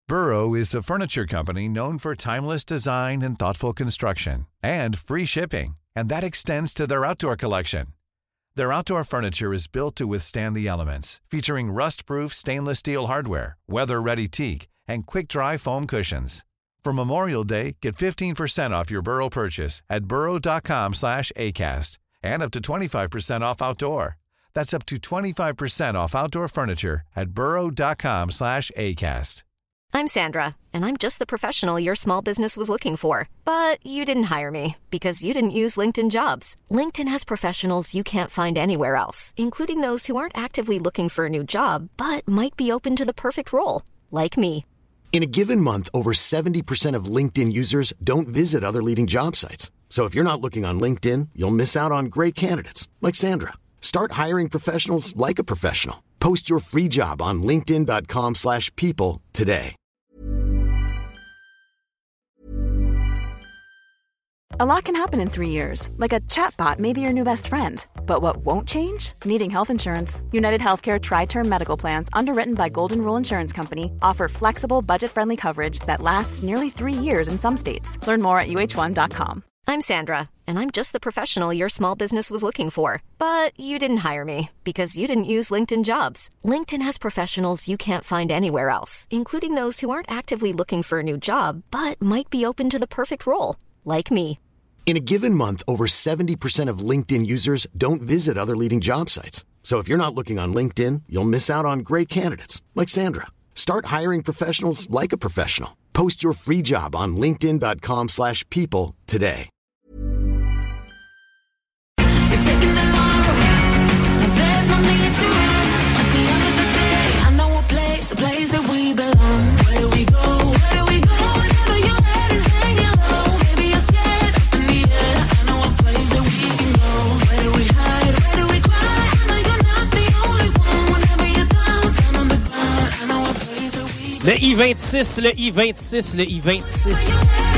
Burrow is a furniture company known for timeless design and thoughtful construction, and free shipping, and that extends to their outdoor collection. Their outdoor furniture is built to withstand the elements, featuring rust-proof stainless steel hardware, weather-ready teak, and quick-dry foam cushions. For Memorial Day, get 15% off your Burrow purchase at burrow.com/acast, and up to 25% off outdoor. That's up to 25% off outdoor furniture at burrow.com/acast. I'm Sandra, and I'm just the professional your small business was looking for. But you didn't hire me because you didn't use LinkedIn Jobs. LinkedIn has professionals you can't find anywhere else, including those who aren't actively looking for a new job, but might be open to the perfect role, like me. In a given month, over 70% of LinkedIn users don't visit other leading job sites. So if you're not looking on LinkedIn, you'll miss out on great candidates, like Sandra. Start hiring professionals like a professional. Post your free job on linkedin.com/people today. A lot can happen in 3 years, like a chatbot may be your new best friend. But what won't change? Needing health insurance. United Healthcare Tri-Term Medical Plans, underwritten by Golden Rule Insurance Company, offer flexible, budget-friendly coverage that lasts nearly 3 years in some states. Learn more at uh1.com. I'm Sandra, and I'm just the professional your small business was looking for. But you didn't hire me because you didn't use LinkedIn Jobs. LinkedIn has professionals you can't find anywhere else, including those who aren't actively looking for a new job, but might be open to the perfect role, like me. In a given month, over 70% of LinkedIn users don't visit other leading job sites. So if you're not looking on LinkedIn, you'll miss out on great candidates, like Sandra. Start hiring professionals like a professional. Post your free job on linkedin.com/people today. Le I-26, le I-26, le I-26.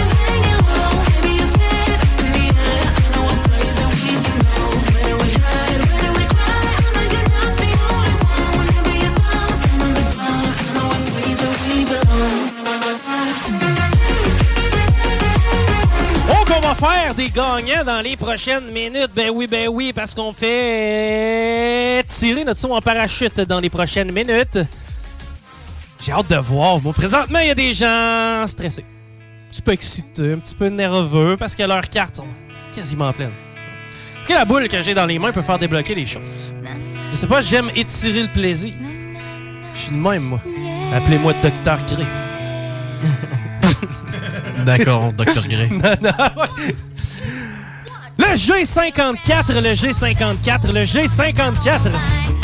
On va faire des gagnants dans les prochaines minutes. Ben oui, parce qu'on fait tirer notre son en parachute dans les prochaines minutes. J'ai hâte de voir. Moi, présentement, il y a des gens stressés. Un petit peu excités, un petit peu nerveux parce que leurs cartes sont quasiment pleines. Est-ce que la boule que j'ai dans les mains peut faire débloquer les choses? Je sais pas, j'aime étirer le plaisir. Je suis de même, moi. Appelez-moi Dr. Grey. D'accord, Dr. Grey. Ouais. Le G54, le G54, le G54.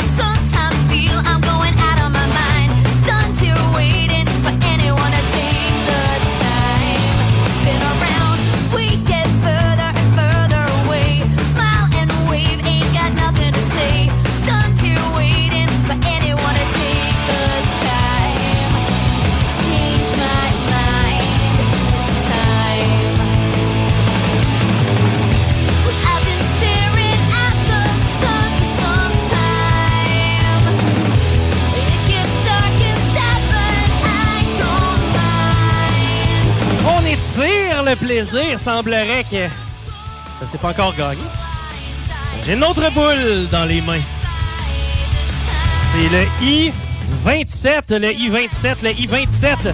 Le plaisir, semblerait que ça s'est pas encore gagné. J'ai une autre boule dans les mains. C'est le I-27, le I-27, le I-27.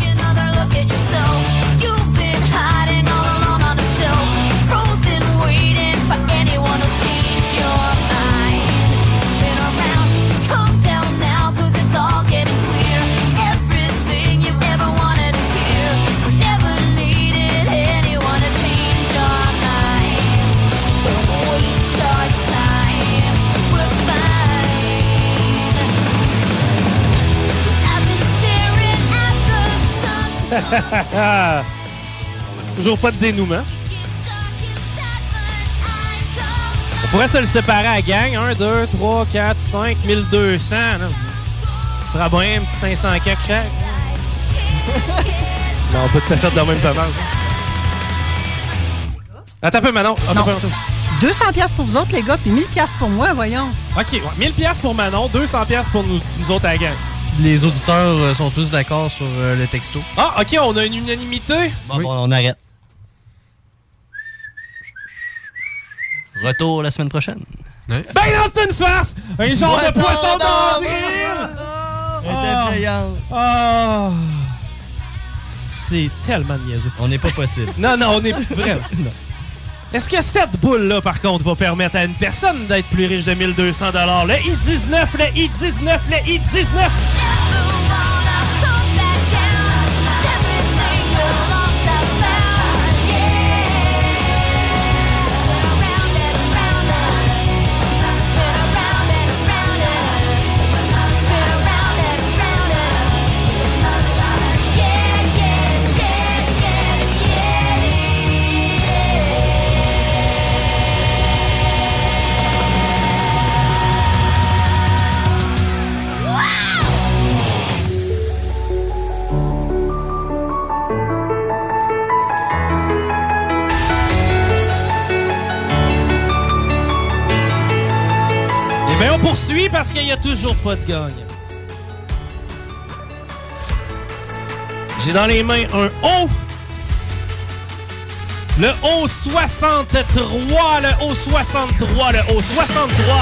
Toujours pas de dénouement. On pourrait se le séparer à la gang. 1, 2, 3, 4, 5, 1200. Très bien, un petit 500 quelque chaque. Non, pas tout à fait de la même savance. Attends un peu, Manon. Attends un peu. 200$ pour vous autres, les gars, puis 1000$ pour moi, voyons. OK, ouais, 1000$ pour Manon, 200$ pour nous autres à la gang. Les auditeurs sont tous d'accord sur le texto. Ah, OK, on a une unanimité. Bon, on arrête. Retour la semaine prochaine. Ben non, c'est une farce! Un genre de poisson d'avril! C'est tellement niaiseux. On n'est pas possible. Non, on est vraiment... Non. Est-ce que cette boule-là, par contre, va permettre à une personne d'être plus riche de 1 200 $? Le I-19, le I-19, le I-19! On poursuit parce qu'il n'y a toujours pas de gagnant. J'ai dans les mains un O. Le O63. Le O63. Le O63.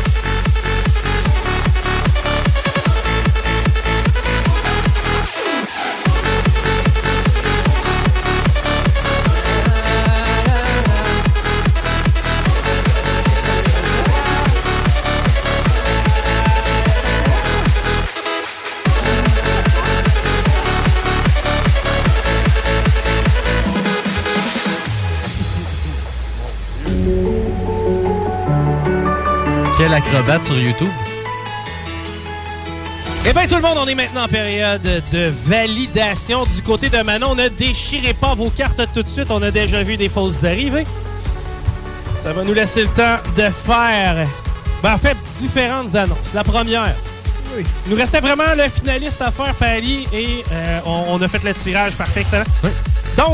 Quel acrobate sur YouTube. Eh bien, tout le monde, on est maintenant en période de validation. Du côté de Manon, ne déchirez pas vos cartes tout de suite. On a déjà vu des fausses arrivées. Ça va nous laisser le temps de faire, en fait, différentes annonces. La première, oui. Il nous restait vraiment le finaliste à faire, Pali, et on a fait le tirage. Parfait, excellent. Oui. Donc,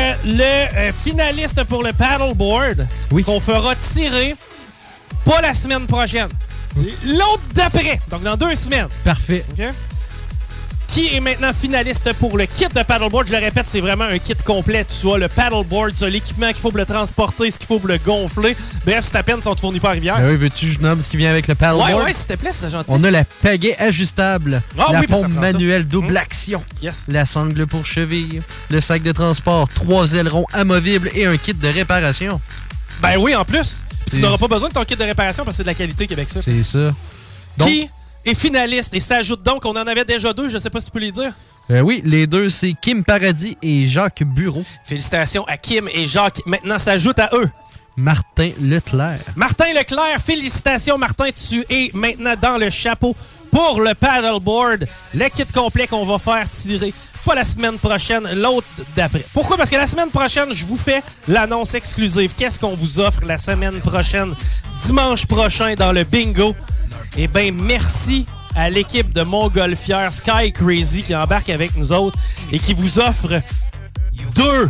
le finaliste pour le paddleboard, qu'on fera tirer pas la semaine prochaine. L'autre d'après. Donc, dans 2 semaines. Parfait. Okay. Qui est maintenant finaliste pour le kit de paddleboard? Je le répète, c'est vraiment un kit complet. Tu as le paddleboard, tu as l'équipement qu'il faut pour le transporter, ce qu'il faut pour le gonfler. Bref, c'est à peine si on te fournit pas à Rivière. Oui, veux-tu que je nomme ce qui vient avec le paddleboard? Ouais, s'il te plaît, c'est gentil. On a la pagaie ajustable, la pompe manuelle double action, yes. La sangle pour cheville, le sac de transport, 3 ailerons amovibles et un kit de réparation. Ben oui, en plus. Tu n'auras pas besoin de ton kit de réparation parce que c'est de la qualité Québec ça. C'est ça. Donc, qui est finaliste et s'ajoute donc, on en avait déjà 2, je sais pas si tu peux les dire. Oui, les 2, c'est Kim Paradis et Jacques Bureau. Félicitations à Kim et Jacques. Maintenant, s'ajoute à eux Martin Leclerc. Martin Leclerc, félicitations Martin, tu es maintenant dans le chapeau pour le paddleboard. Le kit complet qu'on va faire tirer. Pas la semaine prochaine, l'autre d'après. Pourquoi? Parce que la semaine prochaine, je vous fais l'annonce exclusive. Qu'est-ce qu'on vous offre la semaine prochaine, dimanche prochain, dans le bingo? Eh bien, merci à l'équipe de Montgolfière Sky Crazy qui embarque avec nous autres et qui vous offre 2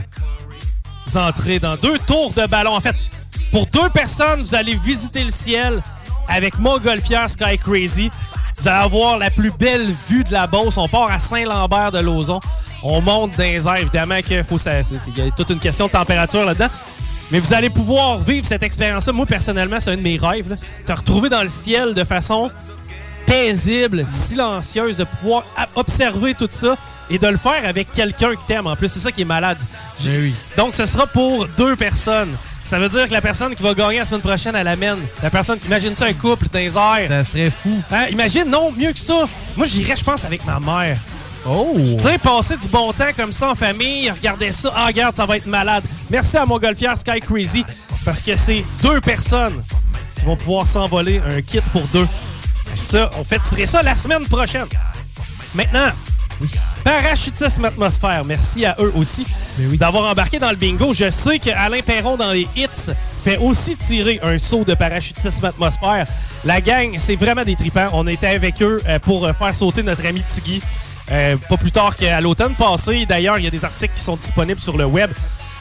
entrées dans 2 tours de ballon. En fait, pour 2 personnes, vous allez visiter le ciel avec Montgolfière Sky Crazy. Vous allez avoir la plus belle vue de la Beauce. On part à Saint-Lambert-de-Lauzon. On monte dans les airs. Évidemment qu'il y a toute une question de température là-dedans. Mais vous allez pouvoir vivre cette expérience-là. Moi, personnellement, c'est un de mes rêves. Là. Te retrouver dans le ciel de façon paisible, silencieuse, de pouvoir observer tout ça et de le faire avec quelqu'un que t'aimes. En plus, c'est ça qui est malade. Oui. Donc, ce sera pour 2 personnes. Ça veut dire que la personne qui va gagner la semaine prochaine, elle amène. La personne, imagine-tu un couple dans les airs? Ça serait fou. Hein? Imagine, non, mieux que ça. Moi, j'irais, je pense, avec ma mère. Oh! Tu sais, passer du bon temps comme ça en famille, regarder ça. Ah, regarde, ça va être malade. Merci à Montgolfière Sky Crazy, parce que c'est 2 personnes qui vont pouvoir s'envoler un kit pour 2. Ça, on fait tirer ça la semaine prochaine. Maintenant, Parachutisme Atmosphère, merci à eux aussi d'avoir embarqué dans le bingo. Je sais qu'Alain Perron, dans les hits, fait aussi tirer un saut de parachutisme Atmosphère. La gang, c'est vraiment des tripants. On était avec eux pour faire sauter notre ami Tiggy pas plus tard qu'à l'automne passé. D'ailleurs, il y a des articles qui sont disponibles sur le web.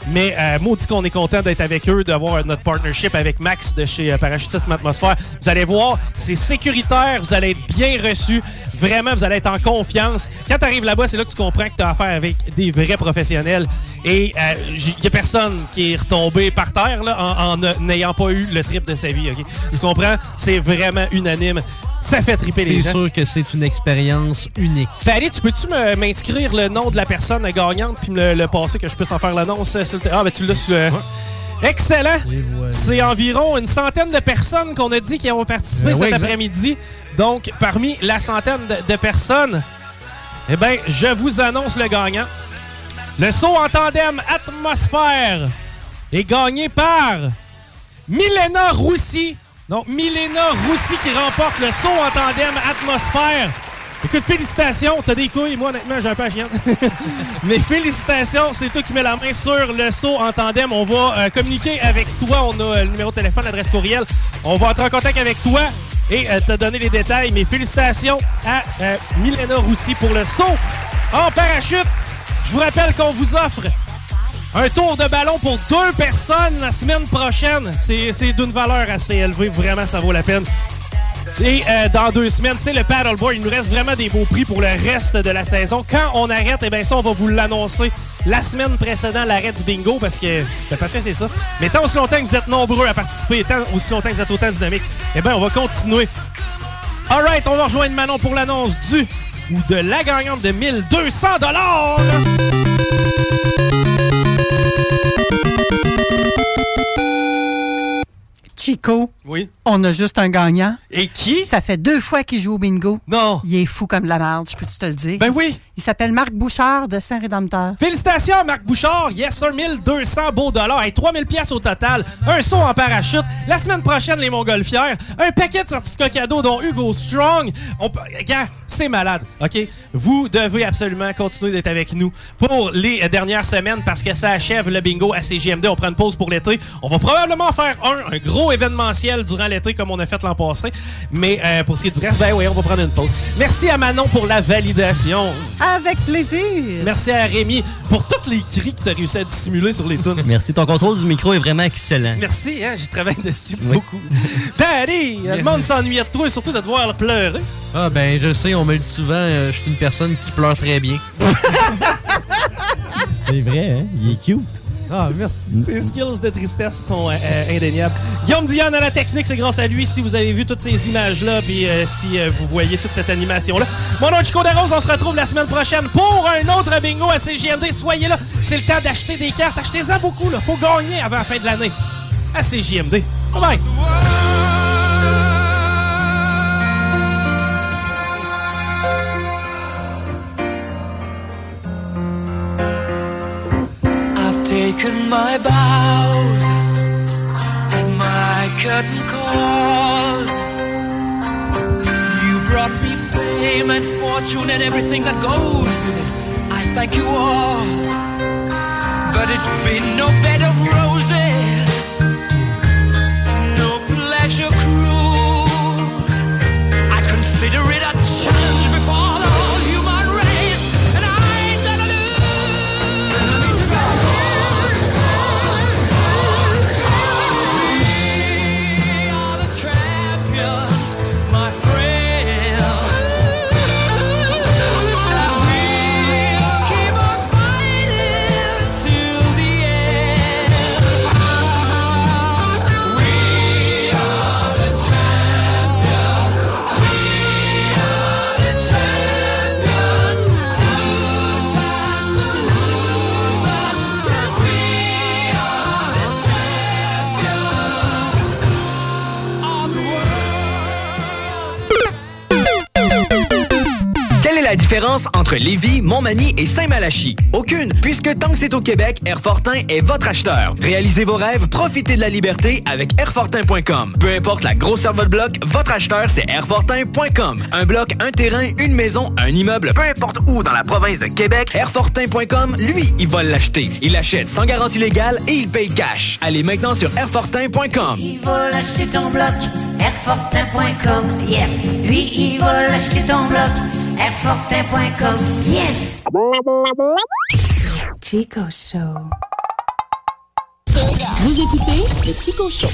Mais maudit qu'on est content d'être avec eux, d'avoir notre partnership avec Max de chez Parachutisme Atmosphère. Vous allez voir, c'est sécuritaire, vous allez être bien reçus. Vraiment, vous allez être en confiance. Quand tu arrives là-bas, c'est là que tu comprends que tu as affaire avec des vrais professionnels. Et il n'y a personne qui est retombé par terre là, en n'ayant pas eu le trip de sa vie. Okay? Tu comprends? C'est vraiment unanime. Ça fait triper les gens. C'est sûr que c'est une expérience unique. Fally, peux-tu m'inscrire le nom de la personne gagnante puis me le passer que je puisse en faire l'annonce? Ah, ben tu l'as sur le... Excellent! Voilà. C'est environ une centaine de personnes qu'on a dit qui vont participer cet après-midi. Donc, parmi la centaine de personnes, eh bien, je vous annonce le gagnant. Le saut en tandem Atmosphère est gagné par Milena Roussy. Donc, Milena Roussy qui remporte le saut en tandem Atmosphère. Écoute, félicitations. T'as des couilles. Moi, honnêtement, j'ai un peu à chienne. Mais félicitations. C'est toi qui mets la main sur le saut en tandem. On va communiquer avec toi. On a le numéro de téléphone, l'adresse courriel. On va entrer en contact avec toi et te donner les détails. Mais félicitations à Milena Roussy pour le saut en parachute. Je vous rappelle qu'on vous offre un tour de ballon pour 2 personnes la semaine prochaine. C'est d'une valeur assez élevée. Vraiment, ça vaut la peine. Et dans 2 semaines, c'est le paddleboard. Il nous reste vraiment des beaux prix pour le reste de la saison. Quand on arrête, eh bien ça, on va vous l'annoncer la semaine précédant l'arrêt du bingo parce que c'est ça. Mais tant aussi longtemps que vous êtes nombreux à participer, tant aussi longtemps que vous êtes autant dynamique, eh bien, on va continuer. All right, on va rejoindre Manon pour l'annonce du ou de la gagnante de 1200 $. Chico, oui. On a juste un gagnant. Et qui? Ça fait 2 fois qu'il joue au bingo. Non. Il est fou comme de la merde, je peux-tu te le dire? Ben oui. Il s'appelle Marc Bouchard de Saint-Rédempteur. Félicitations, Marc Bouchard. Yes, sir, 1200 beaux dollars. Et 3000 pièces au total. Un saut en parachute. La semaine prochaine, les Montgolfières. Un paquet de certificats cadeaux, dont Hugo Strong. Gars, c'est malade, OK? Vous devez absolument continuer d'être avec nous pour les dernières semaines parce que ça achève le bingo à CJMD. On prend une pause pour l'été. On va probablement faire un gros événementiel durant l'été comme on a fait l'an passé. Mais pour ce qui est du reste, ben oui, on va prendre une pause. Merci à Manon pour la validation. Avec plaisir. Merci à Rémi pour tous les cris que tu as réussi à dissimuler sur les tunes. Merci, ton contrôle du micro est vraiment excellent. Merci, hein, j'y travaille dessus beaucoup. Patty, le monde s'ennuyait de toi et surtout de te voir pleurer. Ah ben, je sais, on me le dit souvent, je suis une personne qui pleure très bien. C'est vrai, hein? Il est cute. Ah, merci. Tes skills de tristesse sont indéniables. Guillaume Dionne à la technique, c'est grâce à lui si vous avez vu toutes ces images-là puis si vous voyez toute cette animation-là. Mon nom est Chico Desroses, on se retrouve la semaine prochaine pour un autre bingo à CJMD. Soyez là, c'est le temps d'acheter des cartes. Achetez-en beaucoup, là. Faut gagner avant la fin de l'année à CJMD. Bye-bye. Taken my bows and my curtain calls. You brought me fame and fortune and everything that goes with it. I thank you all, but it's been no bed of roses, no pleasure cruise. I consider it a challenge before the whole human race, and I ain't gonna lose. La différence entre Lévis, Montmagny et Saint-Malachie? Aucune, puisque tant que c'est au Québec, Airfortin est votre acheteur. Réalisez vos rêves, profitez de la liberté avec Airfortin.com. Peu importe la grosseur de votre bloc, votre acheteur, c'est Airfortin.com. Un bloc, un terrain, une maison, un immeuble, peu importe où dans la province de Québec, Airfortin.com, lui, il va l'acheter. Il l'achète sans garantie légale et il paye cash. Allez maintenant sur Airfortin.com. Il va l'acheter ton bloc, Airfortin.com, yes. Lui, il va l'acheter ton bloc, Airfortin.com, yes. Chico Show. Vous écoutez le Chico Show.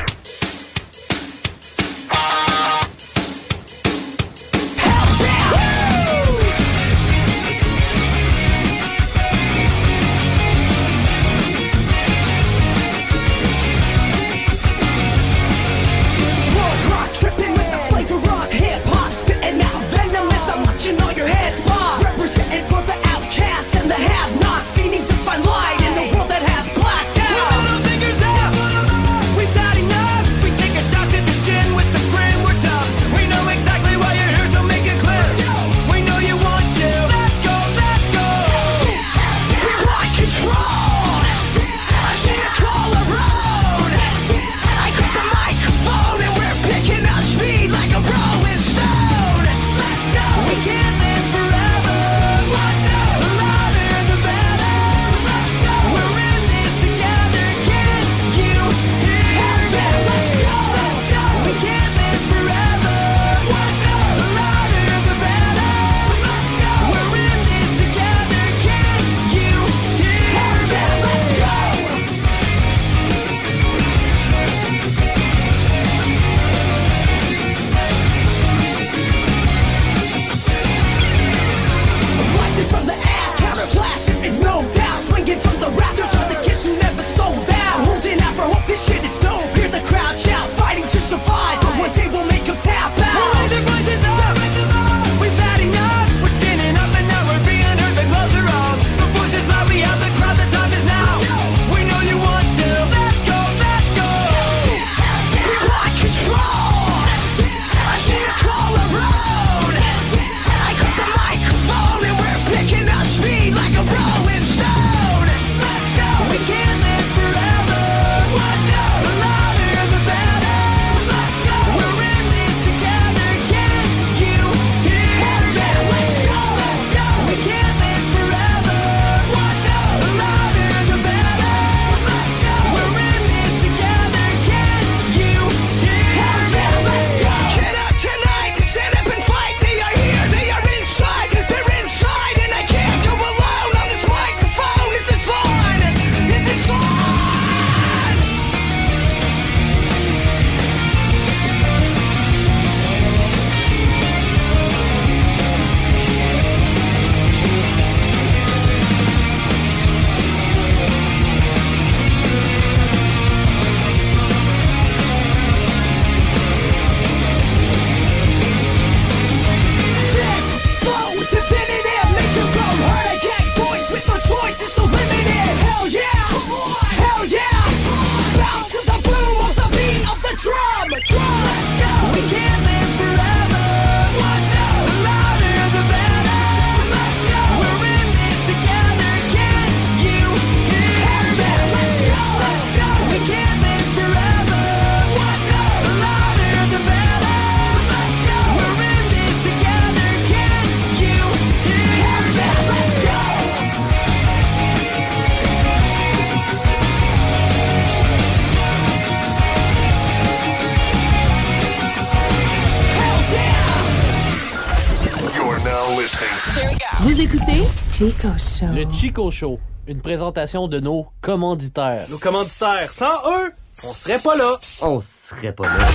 Vous écoutez Chico Show. Le Chico Show, une présentation de nos commanditaires. Nos commanditaires, sans eux, on serait pas là. On serait pas là.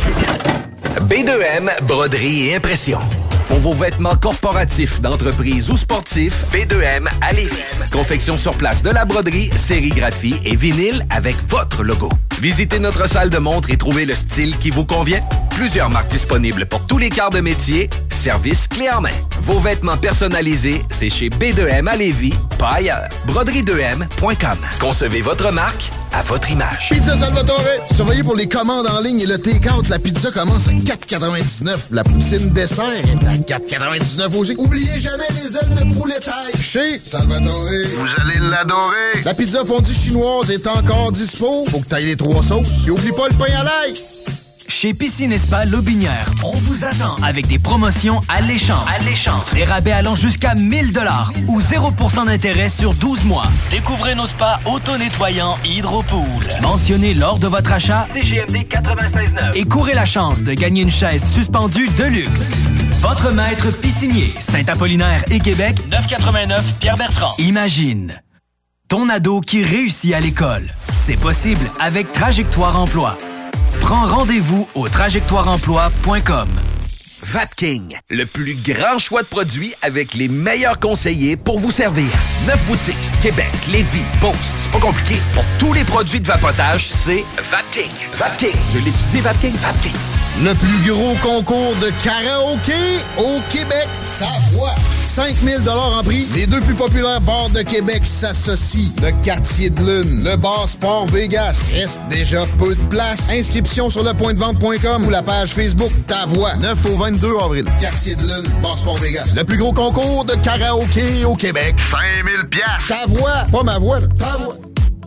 B2M, broderie et impression. Pour vos vêtements corporatifs, d'entreprise ou sportifs, B2M à Lévis. Confection sur place de la broderie, sérigraphie et vinyle avec votre logo. Visitez notre salle de montre et trouvez le style qui vous convient. Plusieurs marques disponibles pour tous les quarts de métier. Service clé en main. Vos vêtements personnalisés, c'est chez B2M à Lévis, pas ailleurs. Broderie2M.com. Concevez votre marque à votre image. Pizza Salvatore. Surveillez pour les commandes en ligne et le take-out. La pizza commence à 4,99. La poutine dessert est à 4,99 aussi. Oubliez jamais les ailes de poulet taille. Chez Salvatore. Vous allez l'adorer. La pizza fondue chinoise est encore dispo. Faut que t'ailles les 3 sauces. Et oublie pas le pain à l'ail. Chez Piscine et Spa Lobinière, on vous attend avec des promotions alléchantes. Des rabais allant jusqu'à 1000 $ ou 0% d'intérêt sur 12 mois. Découvrez nos spas auto-nettoyants Hydropool. Mentionnez lors de votre achat CGMD 96.9 et courez la chance de gagner une chaise suspendue de luxe. Votre maître piscinier, Saint-Apollinaire et Québec, 989 Pierre-Bertrand. Imagine. Ton ado qui réussit à l'école. C'est possible avec Trajectoire Emploi. Prends rendez-vous au trajectoireemploi.com. Vapking, le plus grand choix de produits avec les meilleurs conseillers pour vous servir. 9 boutiques, Québec, Lévis, Beauce, c'est pas compliqué. Pour tous les produits de vapotage, c'est Vapking. Vapking, je l'étudie, Vapking. Vapking. Le plus gros concours de karaoké au Québec. Ta voix. 5 000 $ en prix. Les deux plus populaires bars de Québec s'associent. Le Quartier de Lune, le bar Sport Vegas. Reste déjà peu de place. Inscription sur lepointdevente.com ou la page Facebook Ta Voix. 9 au 22 avril. Quartier de Lune, bar Sport Vegas. Le plus gros concours de karaoké au Québec. 5 000 $. Ta Voix. Pas ma voix, là. Ta Voix.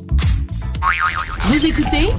Vous écoutez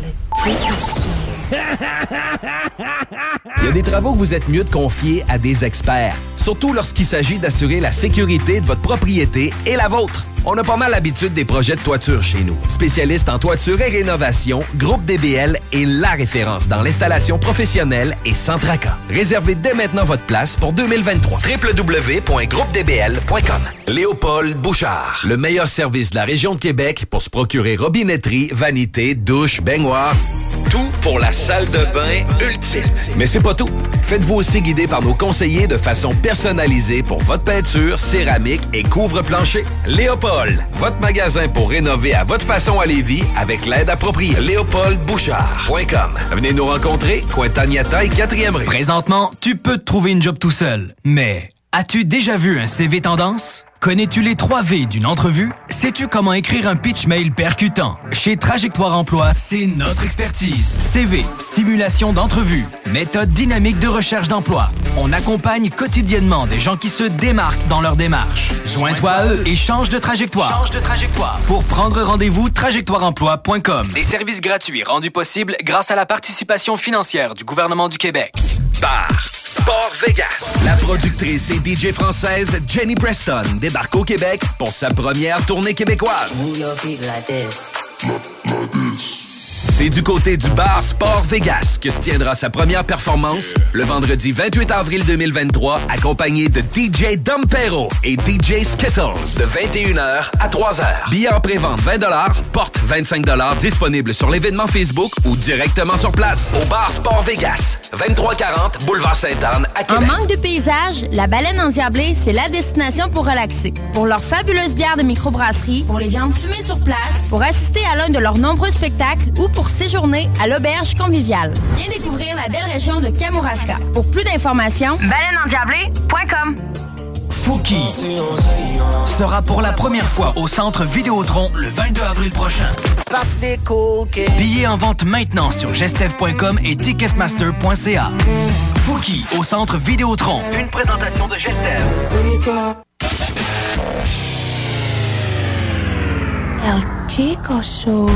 Il y a des travaux que vous êtes mieux de confier à des experts, surtout lorsqu'il s'agit d'assurer la sécurité de votre propriété et la vôtre. On a pas mal l'habitude des projets de toiture chez nous. Spécialiste en toiture et rénovation, Groupe DBL est la référence dans l'installation professionnelle et sans tracas. Réservez dès maintenant votre place pour 2023. www.groupedbl.com. Léopold Bouchard, le meilleur service de la région de Québec pour se procurer robinetterie, vanité, douche, baignoire. Tout pour la salle de bain ultime. Mais c'est pas tout. Faites-vous aussi guider par nos conseillers de façon personnalisée pour votre peinture, céramique et couvre-plancher. Léopold, votre magasin pour rénover à votre façon à Lévis avec l'aide appropriée. LéopoldBouchard.com. Venez nous rencontrer, Cointagnata et 4e rue. Présentement, tu peux te trouver une job tout seul. Mais as-tu déjà vu un CV tendance? Connais-tu les 3 V d'une entrevue? Sais-tu comment écrire un pitch mail percutant? Chez Trajectoire Emploi, c'est notre expertise. CV, simulation d'entrevue, méthode dynamique de recherche d'emploi. On accompagne quotidiennement des gens qui se démarquent dans leur démarche. Joins-toi à eux et change de trajectoire. Pour prendre rendez-vous, trajectoireemploi.com. Des services gratuits rendus possibles grâce à la participation financière du gouvernement du Québec. Bar Sport Vegas. La productrice et DJ française Jenny Preston débarque au Québec pour sa première tournée québécoise. C'est du côté du bar Sport Vegas que se tiendra sa première performance le vendredi 28 avril 2023, accompagné de DJ Dompero et DJ Skittles de 21h à 3h. Billets en pré-vente 20 $, porte 25 $, disponible sur l'événement Facebook ou directement sur place au bar Sport Vegas, 2340 Boulevard Sainte-Anne à Québec. En manque de paysage, la Baleine Endiablée, c'est la destination pour relaxer. Pour leurs fabuleuses bières de microbrasserie, pour les viandes fumées sur place, pour assister à l'un de leurs nombreux spectacles ou pour séjourner à l'auberge conviviale. Viens découvrir la belle région de Kamouraska. Pour plus d'informations, baleineendiablée.com. Fouki sera pour la première fois au Centre Vidéotron le 22 avril prochain. Billets en vente maintenant sur gestev.com et ticketmaster.ca. Fouki au Centre Vidéotron. Une présentation de Gestev. El Chico Show.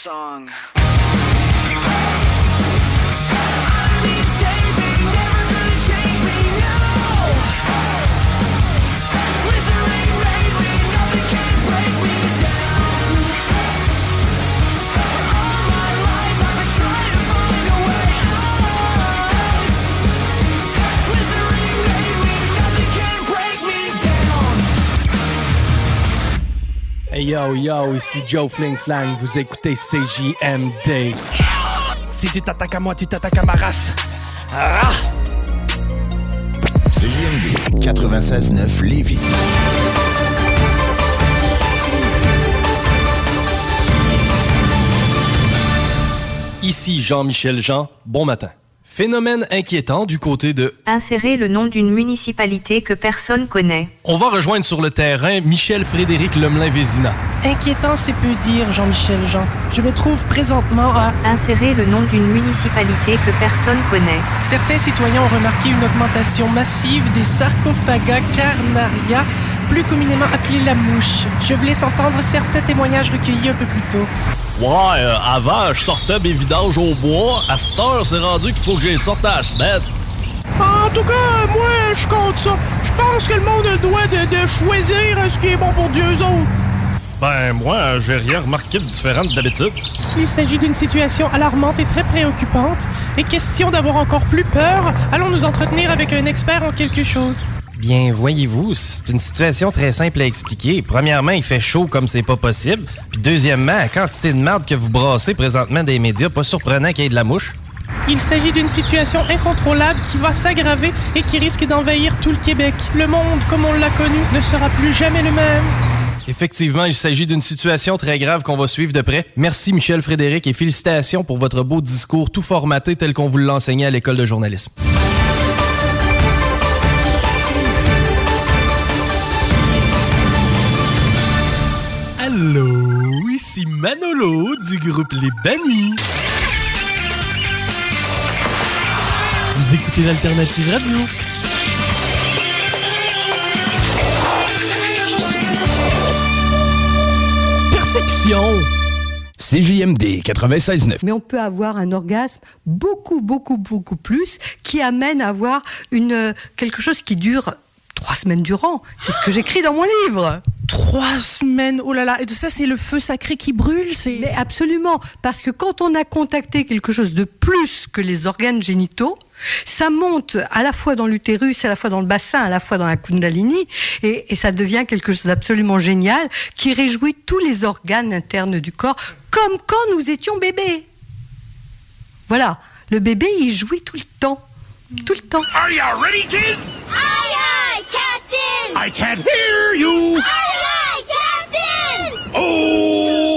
song. Hey yo yo, ici Joe Fling Flang, vous écoutez CJMD. Si tu t'attaques à moi, tu t'attaques à ma race. Ah! CJMD 96.9 Lévis. Ici Jean-Michel Jean, bon matin. Phénomène inquiétant du côté de... Insérer le nom d'une municipalité que personne connaît. On va rejoindre sur le terrain Michel-Frédéric Lemelin-Vézina. Inquiétant, c'est peu dire, Jean-Michel Jean. Je me trouve présentement à... Insérer le nom d'une municipalité que personne connaît. Certains citoyens ont remarqué une augmentation massive des sarcophaga carnaria, plus communément appelés la mouche. Je vous laisse entendre certains témoignages recueillis un peu plus tôt. Ouais, avant, je sortais mes vidanges au bois. À cette heure, c'est rendu qu'il faut que je les sorte à la semaine. En tout cas, moi, je compte ça. Je pense que le monde a le droit de choisir ce qui est bon pour Dieu autres. Ben, moi, j'ai rien remarqué de différent d'habitude. Il s'agit d'une situation alarmante et très préoccupante. Et question d'avoir encore plus peur, allons nous entretenir avec un expert en quelque chose. Bien, voyez-vous, c'est une situation très simple à expliquer. Premièrement, il fait chaud comme c'est pas possible. Puis deuxièmement, la quantité de merde que vous brassez présentement des médias, pas surprenant qu'il y ait de la mouche. Il s'agit d'une situation incontrôlable qui va s'aggraver et qui risque d'envahir tout le Québec. Le monde, comme on l'a connu, ne sera plus jamais le même. Effectivement, il s'agit d'une situation très grave qu'on va suivre de près. Merci Michel Frédéric et félicitations pour votre beau discours tout formaté tel qu'on vous l'a enseigné à l'école de journalisme. Allô, ici Manolo du groupe Les Bannis. Vous écoutez l'Alternative Radio. Perception. CJMD 96.9. Mais on peut avoir un orgasme beaucoup plus qui amène à avoir quelque chose qui dure 3 semaines durant. C'est ce que j'écris dans mon livre. 3 semaines, oh là là, et ça c'est le feu sacré qui brûle, c'est... Mais absolument, parce que quand on a contacté quelque chose de plus que les organes génitaux, ça monte à la fois dans l'utérus, à la fois dans le bassin, à la fois dans la kundalini, et ça devient quelque chose d'absolument génial qui réjouit tous les organes internes du corps, comme quand nous étions bébés. Voilà, le bébé il jouit tout le temps. Tout le temps. Are you ready, kids? Aye, aye, Captain! I can't hear you! Aye, aye, Captain! Oh!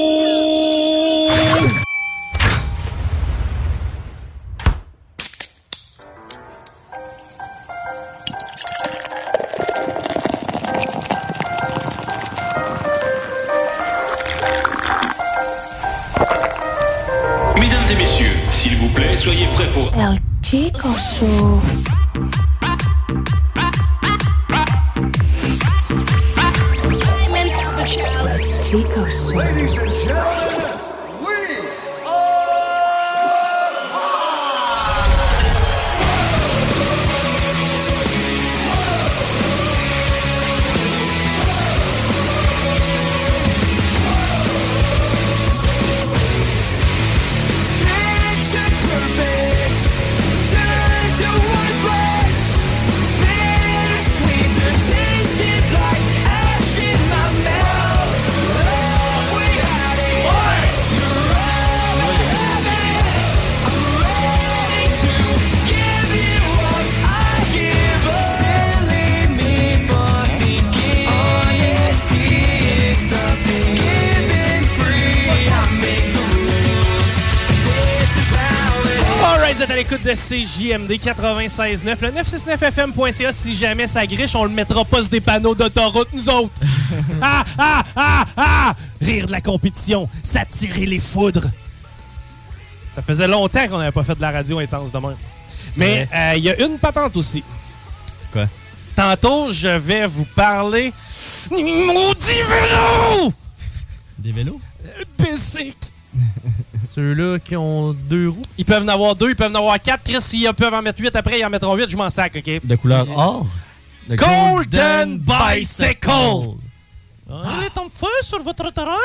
Mesdames et messieurs, s'il vous plaît, soyez prêts pour... El Chico Show. El Chico Show. Ladies and gentlemen, we Vous êtes à l'écoute de CJMD 96.9, le 969fm.ca. Si jamais ça griche, on le mettra pas sur des panneaux d'autoroute, nous autres. Rire de la compétition, s'attirer les foudres. Ça faisait longtemps qu'on n'avait pas fait de la radio intense de même. Mais il y a une patente aussi. Quoi? Tantôt, je vais vous parler... Maudit vélo! Des vélos? Bicycle. Ceux-là qui ont 2 roues. Ils peuvent en avoir 2, ils peuvent en avoir 4. Chris, s'ils peuvent en mettre 8 après, ils en mettront 8. Je m'en sac, OK? De couleur or. Golden Bicycle! Allez, ton feu sur votre terrain!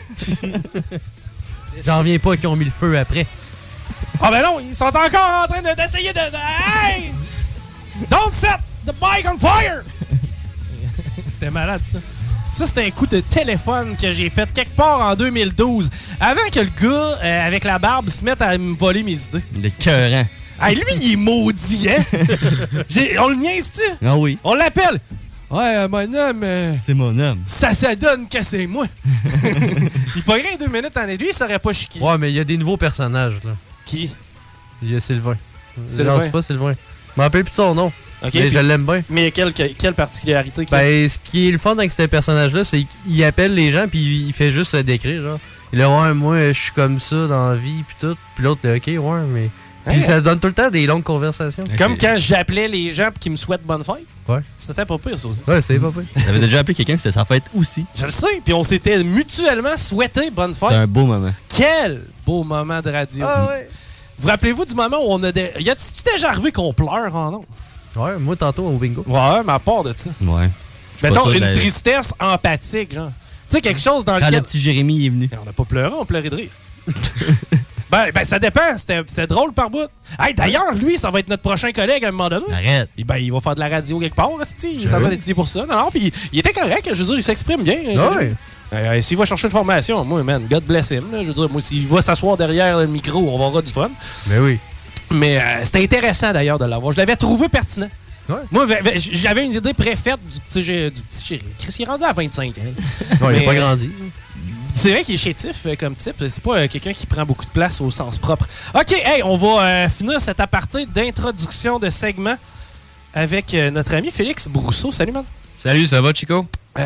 J'en reviens pas qu'ils ont mis le feu après. Ah ben non, ils sont encore en train d'essayer de... Hey! Don't set the bike on fire! C'était malade, ça. Ça, c'était un coup de téléphone que j'ai fait quelque part en 2012. Avant que le gars, avec la barbe, se mette à me voler mes idées. Le cœurant. Hey, lui, il est maudit, hein? On le niaise-tu? Ah oui. On l'appelle. Ouais, mon homme... c'est mon homme. Ça donne que c'est moi. Il pognerait 2 minutes en aiguille, il saurait pas chiquer. Ouais, mais il y a des nouveaux personnages, là. Qui? Il y a Sylvain. Sylvain? Non, c'est pas Sylvain. Je me rappelle plus de son nom. Okay, mais je l'aime bien. Mais quelle particularité? Ben, ce qui est le fun avec ce personnage-là, c'est qu'il appelle les gens puis il fait juste se décrire, genre. Il est là, ouais, moi, je suis comme ça dans la vie, puis tout. Puis l'autre, OK, ouais, mais... Puis ça donne tout le temps des longues conversations. Comme quand j'appelais les gens qui me souhaitent bonne fête. Ouais. C'était pas pire, ça aussi. Ouais, c'est pas pire. T'avais déjà appelé quelqu'un que c'était sa fête aussi. Je le sais. Puis on s'était mutuellement souhaité bonne fête. C'était un beau moment. Quel beau moment de radio. Ah ouais. Vous rappelez-vous du moment où on a des... Y a-tu déjà arrivé qu'on pleure en nom? Ouais, moi tantôt au bingo. Ouais, mais à part de ça. Ouais. Mettons une tristesse empathique, genre. Tu sais, quelque chose dans lequel... Quand le petit Jérémy est venu. On n'a pas pleuré, on pleurait de rire. Ben, ça dépend. C'était drôle par bout. Hey, d'ailleurs, lui, ça va être notre prochain collègue à un moment donné. Arrête. Et ben, il va faire de la radio quelque part, il est en train d'étudier pour ça. Non, puis il était correct, je veux dire, il s'exprime bien. Ouais. S'il va chercher une formation, moi, man, God bless him. Là, je veux dire, moi, s'il va s'asseoir derrière le micro, on va avoir du fun. Mais oui. Mais c'était intéressant, d'ailleurs, de l'avoir. Je l'avais trouvé pertinent. Ouais. Moi, j'avais une idée préfaite du petit Jérémy. Chris, il est rendu à 25 ans. Ouais, il n'a pas grandi. C'est vrai qu'il est chétif comme type. C'est pas quelqu'un qui prend beaucoup de place au sens propre. OK, hey, on va finir cet aparté d'introduction de segment avec notre ami Félix Brousseau. Salut, man. Salut, ça va, Chico?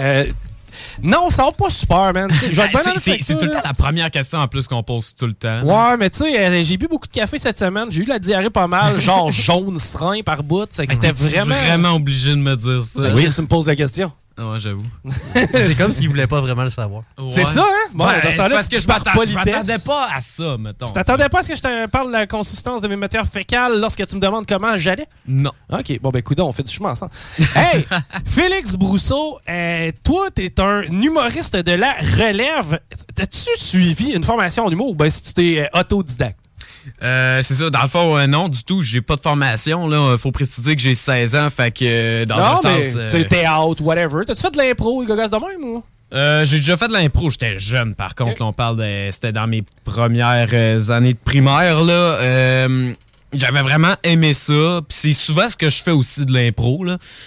Non, ça va pas super, man. C'est tout le temps la première question en plus qu'on pose tout le temps. Ouais, mais tu sais, j'ai bu beaucoup de café cette semaine. J'ai eu la diarrhée pas mal, genre jaune, serein par bout. C'est que c'était vraiment obligé de me dire ça. Oui, tu me poses la question. Ouais, j'avoue. C'est comme s'il voulait pas vraiment le savoir. Ouais. C'est ça, hein? Bon, ouais, dans ce temps-là, parce que je m'attendais pas à ça, mettons. Tu t'attendais pas à ce que je te parle de la consistance de mes matières fécales lorsque tu me demandes comment j'allais? Non. OK, bon, ben, coudonc, on fait du chemin ensemble. Hey, Félix Brousseau, toi, t'es un humoriste de la relève. T'as-tu suivi une formation en humour ou ben si tu t'es autodidacte? C'est ça, dans le fond, non, du tout, j'ai pas de formation, là. Faut préciser que j'ai 16 ans, fait que dans un sens. Tu sais, théâtre, whatever. T'as-tu fait de l'impro, les gogos de même, ou? J'ai déjà fait de l'impro, j'étais jeune, par contre, là, on parle de. C'était dans mes premières années de primaire, là. J'avais vraiment aimé ça. Puis c'est souvent ce que je fais aussi de l'impro,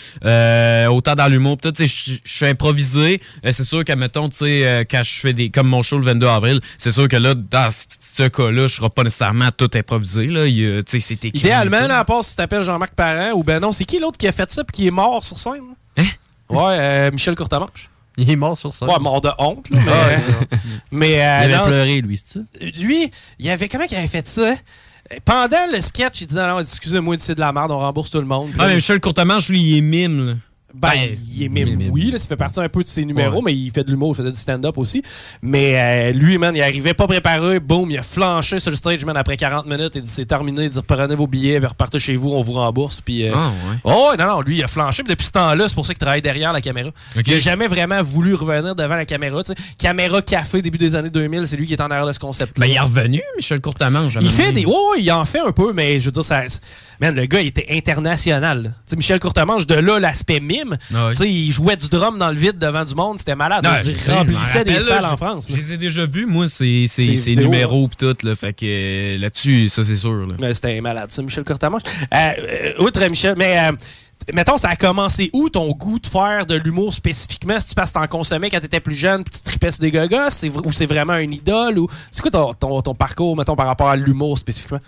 là. Autant dans l'humour. Peut-être, je suis improvisé. C'est sûr qu'à mettons, tu sais, quand je fais comme mon show le 22 avril, c'est sûr que là, dans ce cas-là, je serai pas nécessairement tout improvisé, là. Tu sais, c'est écrit. Idéalement, là, à part si tu t'appelles Jean-Marc Parent, ou ben non, c'est qui l'autre qui a fait ça puis qui est mort sur scène? Hein? Ouais, Michel Courtemanche. Il est mort sur scène. Ouais, mort de honte, là. Mais, il avait pleuré, lui, c'est ça? Lui, il avait comment qu'il avait fait ça? Pendant le sketch, il disait non, excusez-moi, c'est de la merde, on rembourse tout le monde. Ah, mais Michel Courtemanche, lui, il est mime, là. Ben, il est mime, oui, là, ça fait partie un peu de ses numéros, mais il fait de l'humour, il faisait du stand-up aussi. Mais lui, man, il arrivait pas préparé, boum, il a flanché sur le stage, man, après 40 minutes, il dit c'est terminé, il dit prenez vos billets, puis repartez chez vous, on vous rembourse. Puis, non, lui, il a flanché, puis depuis ce temps-là, c'est pour ça qu'il travaille derrière la caméra. Okay. Il a jamais vraiment voulu revenir devant la caméra, tu sais. Caméra café, début des années 2000, c'est lui qui est en arrière de ce concept-là. Ben, il est revenu, Michel Courtemanche. Il fait des. Oh, il en fait un peu, mais je veux dire, ça. Man, le gars, il était international. Tu sais, Michel Courtemanche, de là, l'aspect mime. Tu sais, il jouait du drum dans le vide devant du monde, c'était malade. Il remplissait des salles en France. Je les ai déjà vus, moi, ces numéros pis tout, là. Fait que là-dessus, ça, c'est sûr. Là. C'était malade, ça, Michel Courtemanche. Outre Michel, mais. Mettons, ça a commencé où ton goût de faire de l'humour spécifiquement? Si tu passes t'en consommais quand t'étais plus jeune puis tu tripais sur des gogos, ou c'est vraiment une idole? Ou c'est quoi ton parcours, mettons, par rapport à l'humour spécifiquement?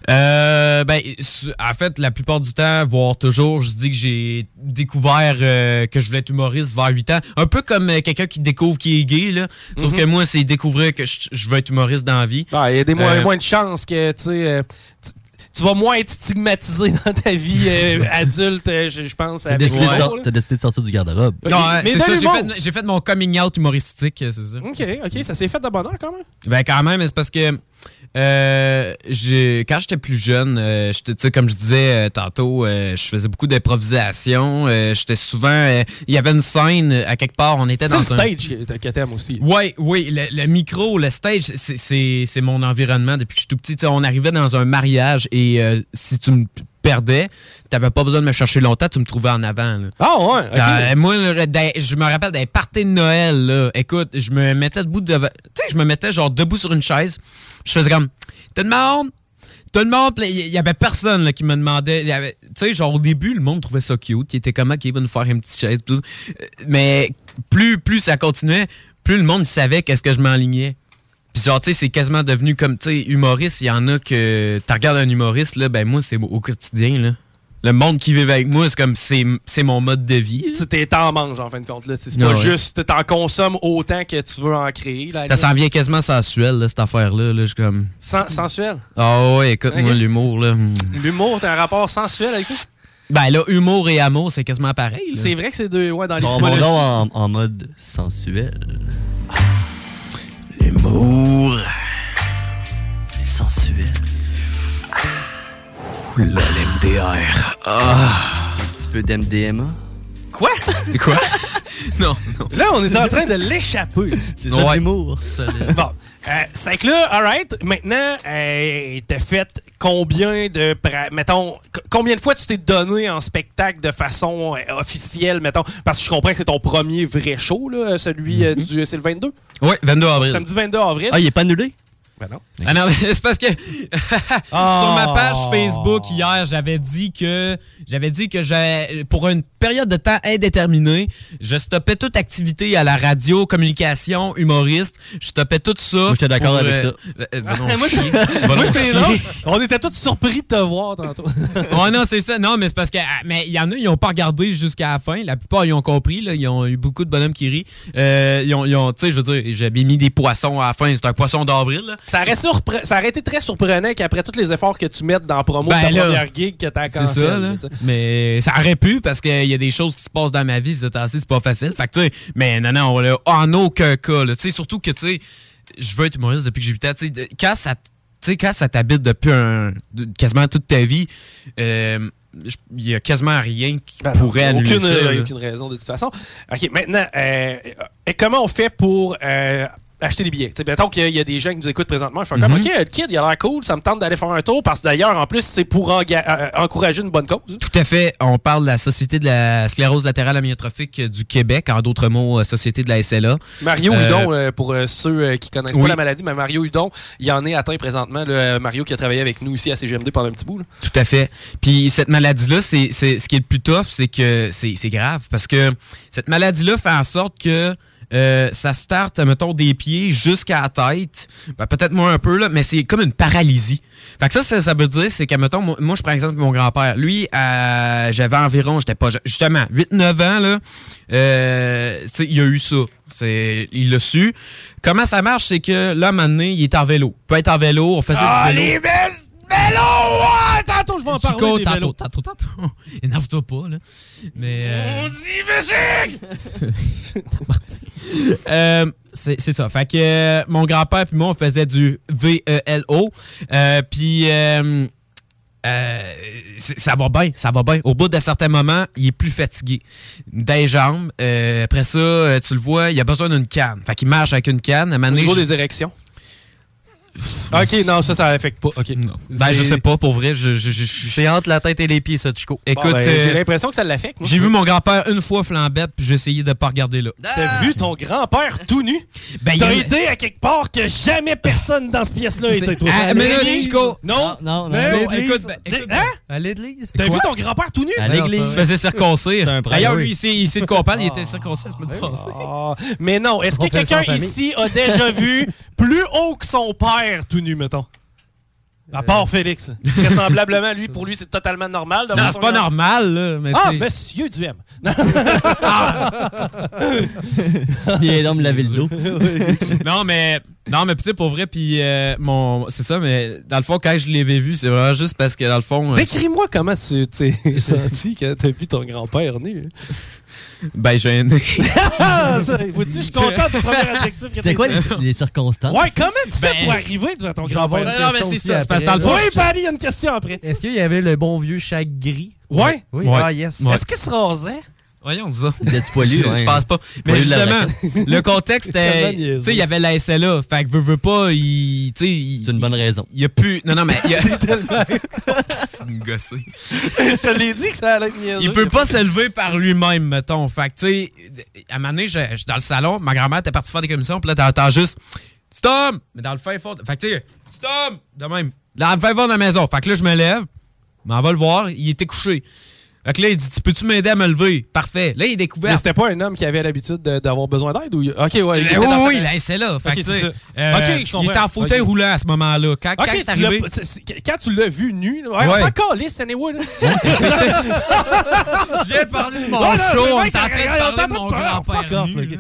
Ben, en fait, la plupart du temps, voire toujours, je dis que j'ai découvert que je voulais être humoriste vers 8 ans. Un peu comme quelqu'un qui découvre qui est gay, là. Sauf que moi, c'est découvrir que je veux être humoriste dans la vie. Il y a des moins de chances que, tu sais... tu vas moins être stigmatisé dans ta vie adulte, je pense. T'as décidé de sortir du garde-robe. Okay. Non, mais c'est ça, j'ai fait mon coming out humoristique, c'est ça. OK, ça s'est fait de bonne heure quand même? Ben quand même, c'est parce que quand j'étais plus jeune, comme je disais tantôt, je faisais beaucoup d'improvisation. J'étais souvent... Il y avait une scène à quelque part, on était dans le stage que t'aimes aussi. Oui, le micro, le stage, c'est mon environnement depuis que je suis tout petit. T'sais, on arrivait dans un mariage et si tu me perdais, t'avais pas besoin de me chercher longtemps, tu me trouvais en avant. Là. Ah ouais, OK. Moi, je me rappelle des parties de Noël, là. Écoute, je me mettais je me mettais genre debout sur une chaise. Je faisais comme, tout le monde, il y avait personne là, qui me demandait. Tu sais, genre au début, le monde trouvait ça cute. Il était comme, OK, il va nous faire une petite chaise. Tout. Mais plus ça continuait, plus le monde savait qu'est-ce que je m'enlignais. Puis genre, tu sais, c'est quasiment devenu comme, tu sais, humoriste. Il y en a que, tu regardes un humoriste, là, ben moi, c'est au quotidien, là. Le monde qui vit avec moi, c'est comme, c'est mon mode de vie. T'es en manges, en fin de compte, là. C'est pas juste, t'en consommes autant que tu veux en créer, là. Ça s'en vient quasiment sensuel, là, cette affaire-là, là. Je comme... Sensuel? Ah ouais, écoute-moi, l'humour, là. L'humour, t'as un rapport sensuel avec ça? Ben là, humour et amour, c'est quasiment pareil, là. C'est vrai que c'est deux, ouais, dans l'étymologie. En mode sensuel. L'humour. C'est sensuel. Là, l'MDR. Un petit peu d'MDMA. Quoi? Non. Là, on est en train de l'échapper. C'est ça l'humour. Bon, c'est que là, alright, maintenant, t'as fait combien de... Mettons, combien de fois tu t'es donné en spectacle de façon officielle, mettons? Parce que je comprends que c'est ton premier vrai show, là, celui c'est le 22? Oui, 22 avril. Samedi 22 avril. Ah, il est pas annulé? Ben non. Ah non, c'est parce que sur ma page Facebook hier, j'avais dit que pour une période de temps indéterminée, je stoppais toute activité à la radio, communication, humoriste. Je stoppais tout ça. Moi, j'étais d'accord avec ça. Moi, c'est non. On était tous surpris de te voir tantôt. Ouais, non, c'est ça. Non, mais c'est parce que mais il y en a, ils n'ont pas regardé jusqu'à la fin. La plupart, ils ont compris. Là. Ils ont eu beaucoup de bonhommes qui rient. Ils ont tu sais, je veux dire, j'avais mis des poissons à la fin. C'est un poisson d'avril. Là. Ça aurait été très surprenant qu'après tous les efforts que tu mettes dans la promo de ta première gig, que t'as cancel. C'est ça, là. Mais ça aurait pu, parce qu'il y a des choses qui se passent dans ma vie, c'est pas facile. Fait que, tu sais, mais non, là, en aucun cas, là. Tu sais, surtout que, tu sais, je veux être humoriste depuis que j'ai 8 ans. Tu sais, quand ça t'habite depuis quasiment toute ta vie, il y a quasiment rien qui pourrait annuler ça. Il n'y a aucune raison, de toute façon. OK, maintenant, comment on fait pour... acheter des billets. Mettons qu'il y a des gens qui nous écoutent présentement. Je fais comme, OK, le kid, il a l'air cool, ça me tente d'aller faire un tour, parce que d'ailleurs, en plus, c'est pour encourager une bonne cause. Tout à fait. On parle de la Société de la sclérose latérale amyotrophique du Québec, en d'autres mots, Société de la SLA. Mario Hudon, pour ceux qui connaissent pas la maladie, mais Mario Hudon, il en est atteint présentement. Mario qui a travaillé avec nous ici à CGMD pendant un petit bout. Là. Tout à fait. Puis cette maladie-là, c'est ce qui est le plus tough, c'est que c'est grave, parce que cette maladie-là fait en sorte que ça starte, mettons, des pieds jusqu'à la tête. Ben, peut-être moins un peu, là, mais c'est comme une paralysie. Fait que ça veut dire, c'est que, mettons, moi, je prends exemple mon grand-père. Lui, j'avais environ, j'étais pas, justement, 8-9 ans, là. Il a eu ça. Il l'a su. Comment ça marche, c'est que, là, à un moment donné, il est en vélo. Il peut être en vélo, on faisait du vélo. Les vélo! Ouais! Tantôt, je vais en parler. Tantôt. Énerve-toi pas, là. Mais. On dit musique! C'est ça. Fait que mon grand-père puis moi, on faisait du VELO. Puis. Ça va bien. Au bout d'un certain moment, il est plus fatigué. Des jambes. Après ça, tu le vois, il a besoin d'une canne. Fait qu'il marche avec une canne. Au niveau des érections. OK, non, ça affecte pas. OK. Non. Ben, je sais pas, pour vrai. C'est entre la tête et les pieds, ça, Chico. Écoute, j'ai l'impression que ça l'affecte. J'ai vu mon grand-père une fois flambette, puis j'ai essayé de pas regarder là. T'as vu ton grand-père tout nu? Ben, t'as été à quelque part que jamais personne dans cette pièce-là était toi. Mais là, Chico. Non. Écoute, à l'église. T'as vu ton grand-père tout nu? À l'église. Il se faisait circoncire. D'ailleurs, lui, il sait de quoi on parle, il était circoncis la semaine passée. Mais non, est-ce que quelqu'un ici a déjà vu plus haut que son père tout nu, mettons? À part Félix. Vraisemblablement, pour lui, c'est totalement normal. Non, c'est pas normal, là. Mais monsieur Duhem. Il donc me laver le dos. Non, mais tu sais, pour vrai, puis c'est ça, mais dans le fond, quand je l'avais vu, c'est vraiment juste parce que, dans le fond... Décris-moi comment tu t'es senti quand t'as vu ton grand-père nu. Ben, gêné. Vois-tu, je suis content du premier adjectif que C'était quoi les circonstances? Ouais, comment tu fais pour arriver devant ton grand-père? Non, mais c'est ça, c'est parce que dans le fond... Oui, Paris, il y a une question après. Est-ce qu'il y avait le bon vieux chat gris? Ouais. Oui. Ouais. Ah, yes. Ouais. Est-ce qu'il se rasait? Voyons, vous Vous êtes poilu, Je pense pas. Mais justement, le contexte, tu sais, il y avait la SLA. Fait que veut pas, c'est une bonne raison. Il y a plus. Non, mais il y a. C'est me gosser. Je te l'ai dit que ça allait être niaiseux. Il peut pas se lever par lui-même, mettons. Fait que, tu sais, à un moment donné, je suis dans le salon, ma grand-mère était partie faire des commissions, puis là, t'entends juste Tom! Mais dans le fin fond. Fait que, tu sais, Tom! De même. Là, elle me fait voir dans la maison. Fait que là, je me lève, m'en va le voir, il était couché. Fait que là, il dit, peux-tu m'aider à me lever? Parfait. Là, il est découvert. Mais c'était pas un homme qui avait l'habitude d'avoir besoin d'aide? Ou... OK, ouais. Oui, là, c'est là. Fait que, c'est ça. OK, je comprends. Il était en fauteuil roulant à ce moment-là. Quand tu l'as vu nu, on s'en calisse, anyway. J'ai parlé de mon show, on est en train de parler de mon grand-père nu.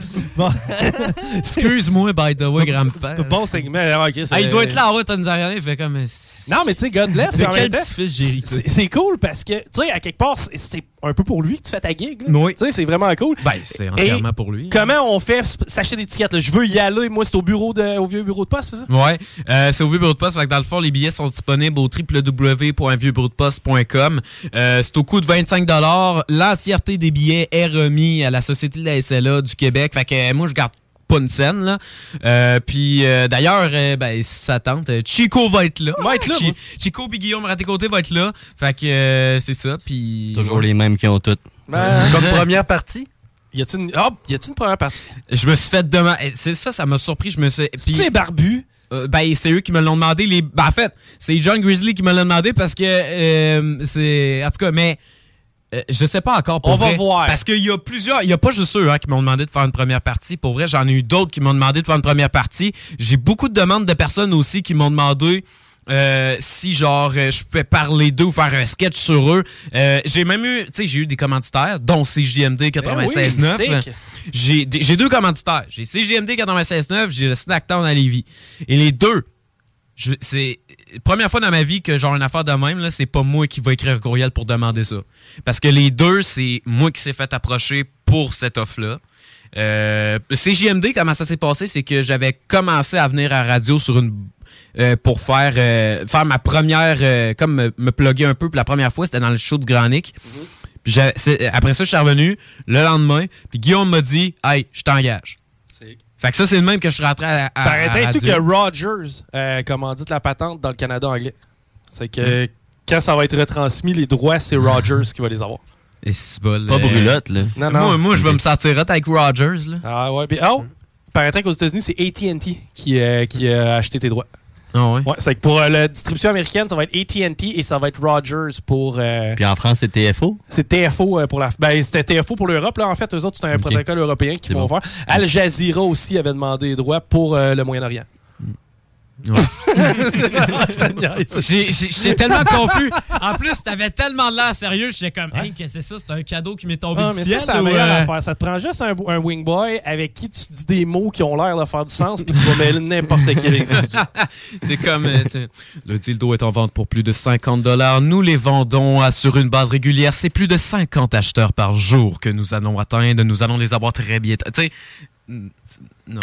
Excuse-moi, by the way, grand-père. Bon segment. Il doit être là en route, nous a regardé, il fait comme... Non, mais tu sais, God bless. Quel petit-fils j'ai hérité. C'est cool parce que, tu sais, à quelque part, c'est un peu pour lui que tu fais ta gig. Oui. Tu sais, c'est vraiment cool. Ben, c'est entièrement pour lui. Comment on fait s'acheter d'étiquettes? Je veux y aller. Moi, c'est au vieux bureau de poste, c'est ça? Ouais, c'est au vieux bureau de poste. Fait que dans le fond, les billets sont disponibles au www.vieuxbureaudeposte.com. C'est au coût de 25$. L'entièreté des billets est remis à la Société de la SLA du Québec. Fait que moi, je garde pas une scène, là. Puis d'ailleurs, si ça tente, Chico va être là. Chico et Guillaume Raté-Côté va être là. Fait que c'est ça. Puis toujours les mêmes qui ont toutes. Comme première partie? Y a-t-il une première partie? Je me suis fait demander. C'est ça m'a surpris. C'est barbu? C'est eux qui me l'ont demandé. En fait, c'est John Grizzly qui me l'a demandé parce que c'est... En tout cas, mais... je sais pas encore pour vrai. On va voir. Parce qu'il y a plusieurs... Il y a pas juste eux qui m'ont demandé de faire une première partie. Pour vrai, j'en ai eu d'autres qui m'ont demandé de faire une première partie. J'ai beaucoup de demandes de personnes aussi qui m'ont demandé... si genre je pouvais parler d'eux ou faire un sketch sur eux. J'ai même eu, tu sais, j'ai eu des commanditaires, dont CJMD 96.9. J'ai deux commanditaires. J'ai CJMD 96.9, j'ai le Snacktown à Lévis. Et les deux, c'est la première fois dans ma vie que genre une affaire de même, là, c'est pas moi qui va écrire un courriel pour demander ça. Parce que les deux, c'est moi qui s'est fait approcher pour cette offre-là. CJMD, comment ça s'est passé, c'est que j'avais commencé à venir à la radio sur une pour faire ma première comme me plugger un peu. Puis la première fois, c'était dans le show de Grand Nick. Puis après ça, je suis revenu le lendemain. Puis Guillaume m'a dit « Hey, je t'engage. » Fait que ça, c'est le même que je suis rentré à paraît tout que Rogers commandite la patente dans le Canada anglais. C'est que quand ça va être retransmis, les droits, c'est Rogers qui va les avoir. Et c'est pas brûlotte, là. Non. Moi, je vais me sentir hot avec Rogers, là. Ah ouais. Puis, paraît qu'aux États-Unis, c'est AT&T qui a acheté tes droits. Ah ouais? Ouais, c'est que pour la distribution américaine, ça va être AT&T et ça va être Rogers pour... Puis en France, c'est TFO? C'est TFO pour la... Ben, c'était TFO pour l'Europe, là. En fait, eux autres, c'est un protocole européen qu'ils vont faire. Al Jazeera aussi avait demandé des droits pour le Moyen-Orient. Ouais. J'étais tellement confus. En plus, t'avais tellement de l'air sérieux. J'étais comme, hey, qu'est-ce que c'est ça? C'est un cadeau qui m'est tombé du ciel. C'est la meilleure affaire. Ça te prend juste un wingboy avec qui tu dis des mots qui ont l'air de faire du sens, puis tu vas mêler n'importe quel individu. T'es comme, le dildo est en vente pour plus de 50$. Nous les vendons sur une base régulière. C'est plus de 50 acheteurs par jour que nous allons atteindre. Nous allons les avoir très bientôt. Tu sais, non.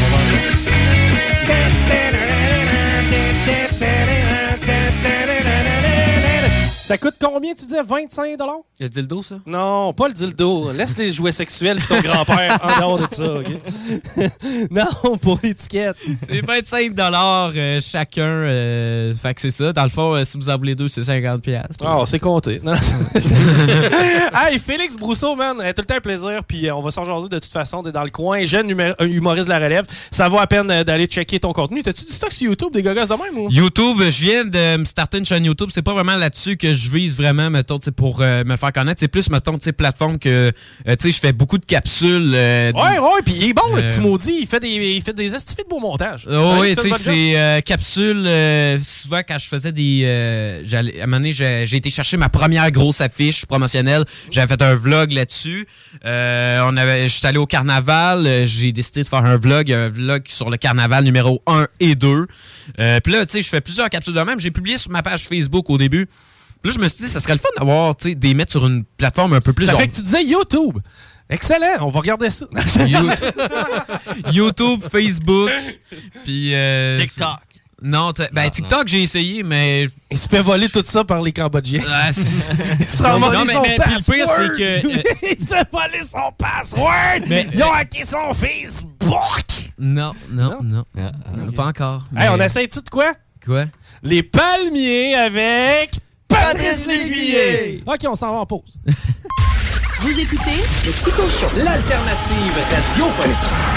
Ça coûte combien, tu disais? 25$? Le dildo, ça? Non, pas le dildo. Laisse les jouets sexuels puis ton grand-père en dehors de ça, OK? Non, pour l'étiquette. C'est 25$ chacun. Fait que c'est ça. Dans le fond, si vous en voulez deux, c'est 50$. Oh, c'est compté. Hey, Félix Brousseau, man, tout le temps un plaisir. Puis on va s'en jaser de toute façon. T'es dans le coin, jeune humoriste de la relève. Ça vaut à peine d'aller checker ton contenu. T'as-tu du stock sur YouTube, des gars de même? Ou? YouTube, je viens de me starter une chaîne YouTube. C'est pas vraiment là-dessus que je vise vraiment, mettons, pour me faire connaître. C'est plus, mettons, plateforme que, je fais beaucoup de capsules. Ouais, puis il est bon, le petit maudit. Il fait des estifs de beau montage. Oui, tu sais, c'est capsules. Souvent, quand je faisais à un moment donné, j'ai été chercher ma première grosse affiche promotionnelle. J'avais fait un vlog là-dessus. J'étais allé au carnaval. J'ai décidé de faire un vlog sur le carnaval numéro 1 et 2. Puis là, tu sais, je fais plusieurs capsules de même. J'ai publié sur ma page Facebook au début. Puis là, je me suis dit, ça serait le fun d'avoir, tu sais, des mettre sur une plateforme un peu plus... Ça fait que tu disais YouTube. Excellent, on va regarder ça. YouTube, Facebook, puis... TikTok. Non, TikTok, j'ai essayé, mais... Il se fait voler tout ça par les Cambodgiens. Ouais, il se ramasse son password. Le pire, c'est que... il se fait voler son password. Ils ont hacké son Facebook. Non. Pas encore. Hey, on essaie-tu de quoi? Quoi? Les palmiers avec... Patrice Lécuyer. OK, on s'en va en pause. Vous écoutez le Chico Show, l'alternative radiophonique.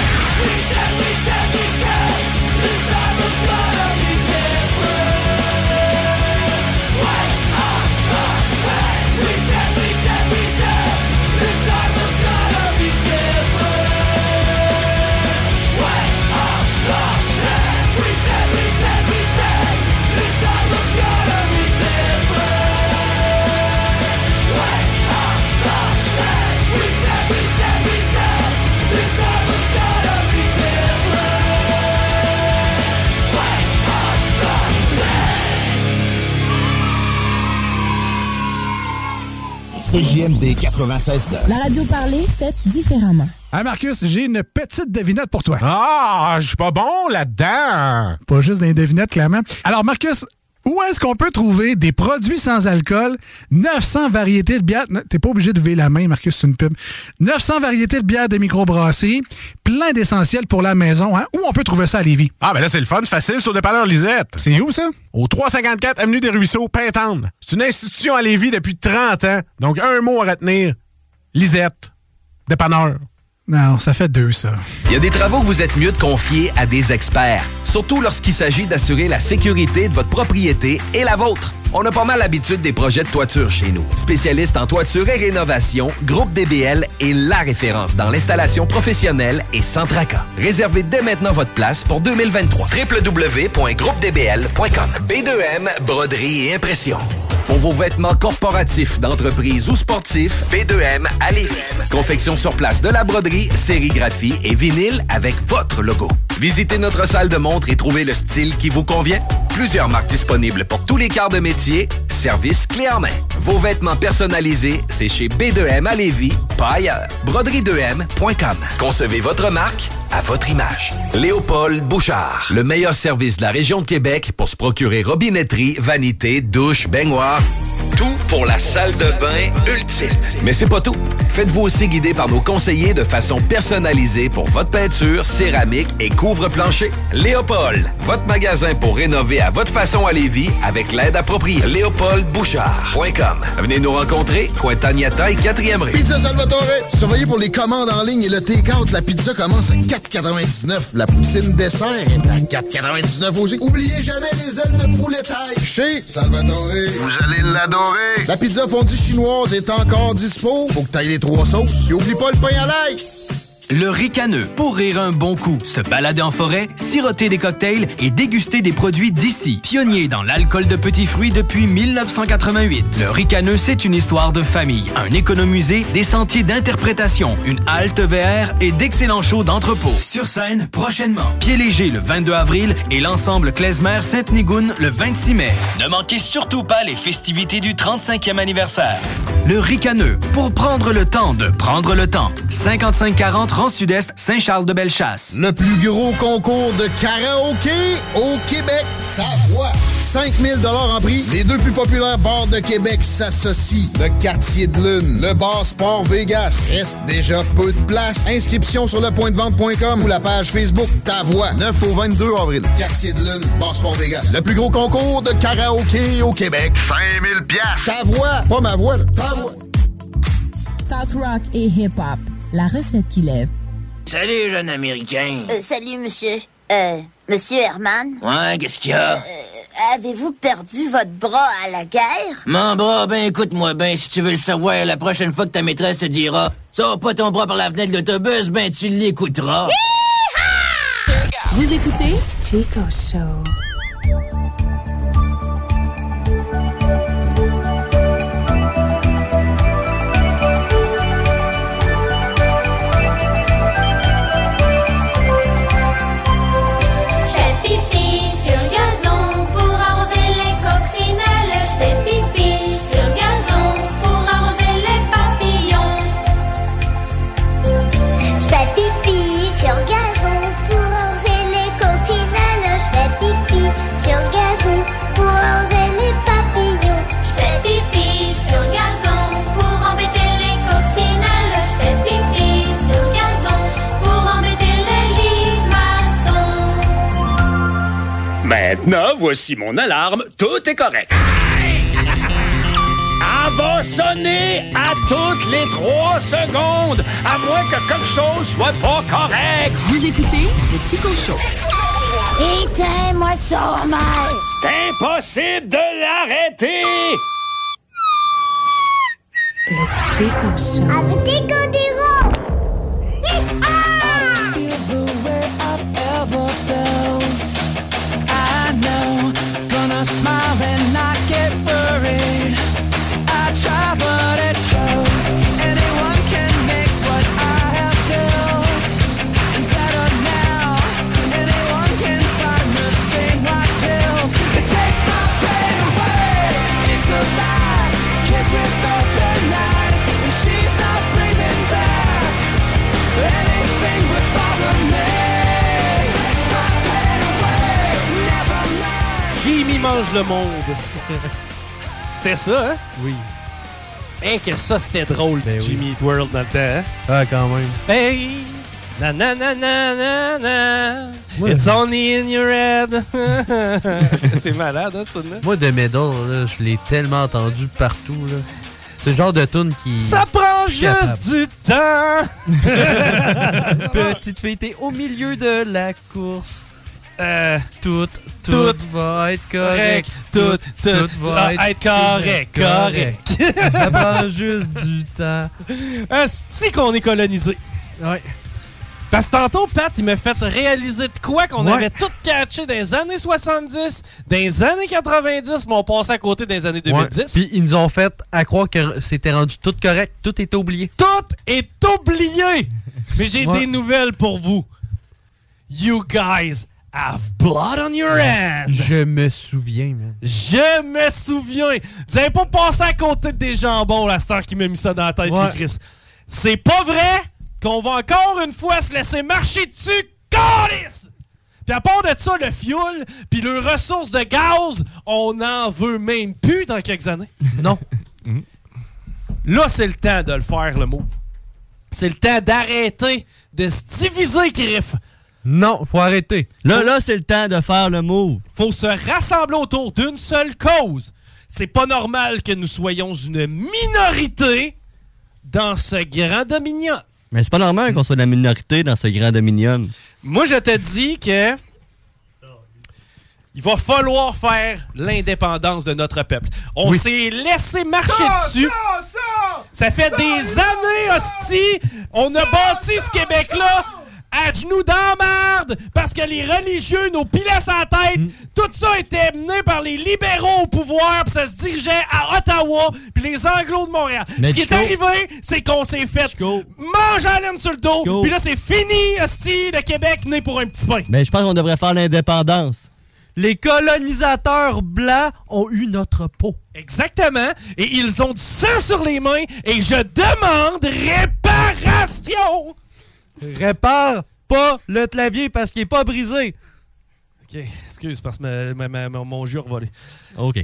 CJMD 96.9. La radio parlée, faite différemment. Hey Marcus, j'ai une petite devinette pour toi. Ah, je suis pas bon là-dedans. Pas juste des devinettes, clairement. Alors Marcus, où est-ce qu'on peut trouver des produits sans alcool, 900 variétés de bières... T'es pas obligé de lever la main, Marcus, c'est une pub. 900 variétés de bières de microbrasserie, plein d'essentiels pour la maison. Hein? Où on peut trouver ça à Lévis? Ah, ben là, c'est le fun, facile, c'est au dépanneur Lisette. C'est où, ça? Au 354 Avenue des Ruisseaux, Pintendre. C'est une institution à Lévis depuis 30 ans. Donc, un mot à retenir. Lisette. Dépanneur. Non, ça fait 2, ça. Il y a des travaux que vous êtes mieux de confier à des experts. Surtout lorsqu'il s'agit d'assurer la sécurité de votre propriété et la vôtre. On a pas mal l'habitude des projets de toiture chez nous. Spécialiste en toiture et rénovation, Groupe DBL est la référence dans l'installation professionnelle et sans tracas. Réservez dès maintenant votre place pour 2023. www.groupedbl.com. B2M, broderie et impression. Pour vos vêtements corporatifs, d'entreprise ou sportifs, B2M à Lévis. Confection sur place de la broderie, sérigraphie et vinyle avec votre logo. Visitez notre salle de montre et trouvez le style qui vous convient. Plusieurs marques disponibles pour tous les quarts de métier. Service clé en main. Vos vêtements personnalisés, c'est chez B2M à Lévis, pas ailleurs. Broderie2M.com. Concevez votre marque à votre image. Léopold Bouchard. Le meilleur service de la région de Québec pour se procurer robinetterie, vanité, douche, baignoire. Tout pour la salle de bain ultime. Mais c'est pas tout. Faites-vous aussi guider par nos conseillers de façon personnalisée pour votre peinture, céramique et couvre-plancher. Léopold, votre magasin pour rénover à votre façon à Lévis avec l'aide appropriée. LéopoldBouchard.com. Venez nous rencontrer, Cointagnata et 4e rue. Pizza Salvatore. Surveillez pour les commandes en ligne et le take-out. La pizza commence à 4,99. La poutine dessert est à 4,99 aussi. Oubliez jamais les ailes de poulet taille. Chez Salvatore. Vous allez l'adorer. La pizza fondue chinoise est encore dispo. Faut que t'ailles les 3 sauces. Et oublie pas le pain à l'ail. Le ricaneux, pour rire un bon coup, se balader en forêt, siroter des cocktails et déguster des produits d'ici. Pionnier dans l'alcool de petits fruits depuis 1988. Le ricaneux, c'est une histoire de famille, un économusée, des sentiers d'interprétation, une halte VR et d'excellents shows d'entrepôt. Sur scène, prochainement. Pied léger le 22 avril et l'ensemble Klezmer-Sainte-Nigoune le 26 mai. Ne manquez surtout pas les festivités du 35e anniversaire. Le ricaneux, pour prendre le temps de prendre le temps. 5540 rang Sud-Est, Saint-Charles-de-Bellechasse. Le plus gros concours de karaoké au Québec. Ta voix. 5 000 $ en prix. Les 2 plus populaires bars de Québec s'associent. Le Quartier de Lune, le bar Sport Vegas. Reste déjà peu de place. Inscription sur lepointdevente.com ou la page Facebook Ta Voix. 9 au 22 avril. Quartier de Lune, bar Sport Vegas. Le plus gros concours de karaoké au Québec. 5 000 $. Ta voix. Pas ma voix, là. Ta voix. Talk rock et hip-hop. La recette qui lève. Salut, jeune Américain. Salut, monsieur. Monsieur Herman. Ouais, qu'est-ce qu'il y a? Avez-vous perdu votre bras à la guerre? Mon bras, ben écoute-moi ben, si tu veux le savoir, la prochaine fois que ta maîtresse te dira « Sors pas ton bras par la fenêtre de l'autobus », ben tu l'écouteras. Vous écoutez Chico Show. Maintenant, voici mon alarme. Tout est correct. Elle va sonner à toutes les 3 secondes, à moins que quelque chose soit pas correct. Vous écoutez le Chico Show. Éteins-moi ça, mal. C'est impossible de l'arrêter. Le Chico Show. Avec des gondéros. Smile and not get worried. I try, but it shows. Anyone can make what I have built and better now. Anyone can find the same white pills. It takes my pain away. It's a lie. Kiss with open eyes, and she's not breathing back. Anything would bother me. Takes my pain away. Never mind. Jimmy mange le monde. C'était ça, hein? Oui. Hein, que ça, c'était drôle, ben du Jimmy Eat World dans le temps, hein? Ah, quand même. Hey! Na na na na na na. Ouais. It's only in your head. C'est malade, hein, ce tune-là? Moi, The Medal, là, je l'ai tellement entendu partout, là. C'est le genre de tune qui... Ça prend juste du temps! Petite fille, t'es au milieu de la course. Tout va être correct. Tout va être correct. Ça prend juste du temps. C'est qu'on est colonisé. Ouais. Parce que tantôt, Pat, il m'a fait réaliser de quoi qu'on avait tout catché dans les années 70, dans les années 90, mais on passait à côté des années 2010. Ouais. Puis ils nous ont fait à croire que c'était rendu tout correct. Tout était oublié. Tout est oublié! Mais j'ai des nouvelles pour vous. You guys have blood on your hands. Je me souviens, man. Je me souviens. Vous avez pas passé à côté des jambons, la star qui m'a mis ça dans la tête, Chris. C'est pas vrai qu'on va encore une fois se laisser marcher dessus, câlisse! Puis à part de ça, le fuel, puis les ressources de gaz, on n'en veut même plus dans quelques années. Non. Là, c'est le temps de le faire, le move. C'est le temps d'arrêter de se diviser, Griff. Non, faut arrêter. Là, c'est le temps de faire le move. Faut se rassembler autour d'une seule cause. C'est pas normal que nous soyons une minorité dans ce grand dominion. Mais c'est pas normal qu'on soit la minorité dans ce grand dominion. Moi, je te dis que il va falloir faire l'indépendance de notre peuple. On s'est laissé marcher dessus. Ça fait des années, hostie. On a bâti ce Québec-là à genoux dans la merde parce que les religieux nous pilaient sa tête. Tout ça était mené par les libéraux au pouvoir, puis ça se dirigeait à Ottawa, puis les Anglos de Montréal. Mais ce qui est arrivé, c'est qu'on s'est fait manger à laine sur le dos, puis là, c'est fini, hostie, le Québec né pour un petit pain. Mais je pense qu'on devrait faire l'indépendance. Les colonisateurs blancs ont eu notre peau. Exactement. Et ils ont du sang sur les mains, et je demande réparation. Répare pas le clavier parce qu'il est pas brisé. OK, excuse, parce que mon jeu a revolé. OK.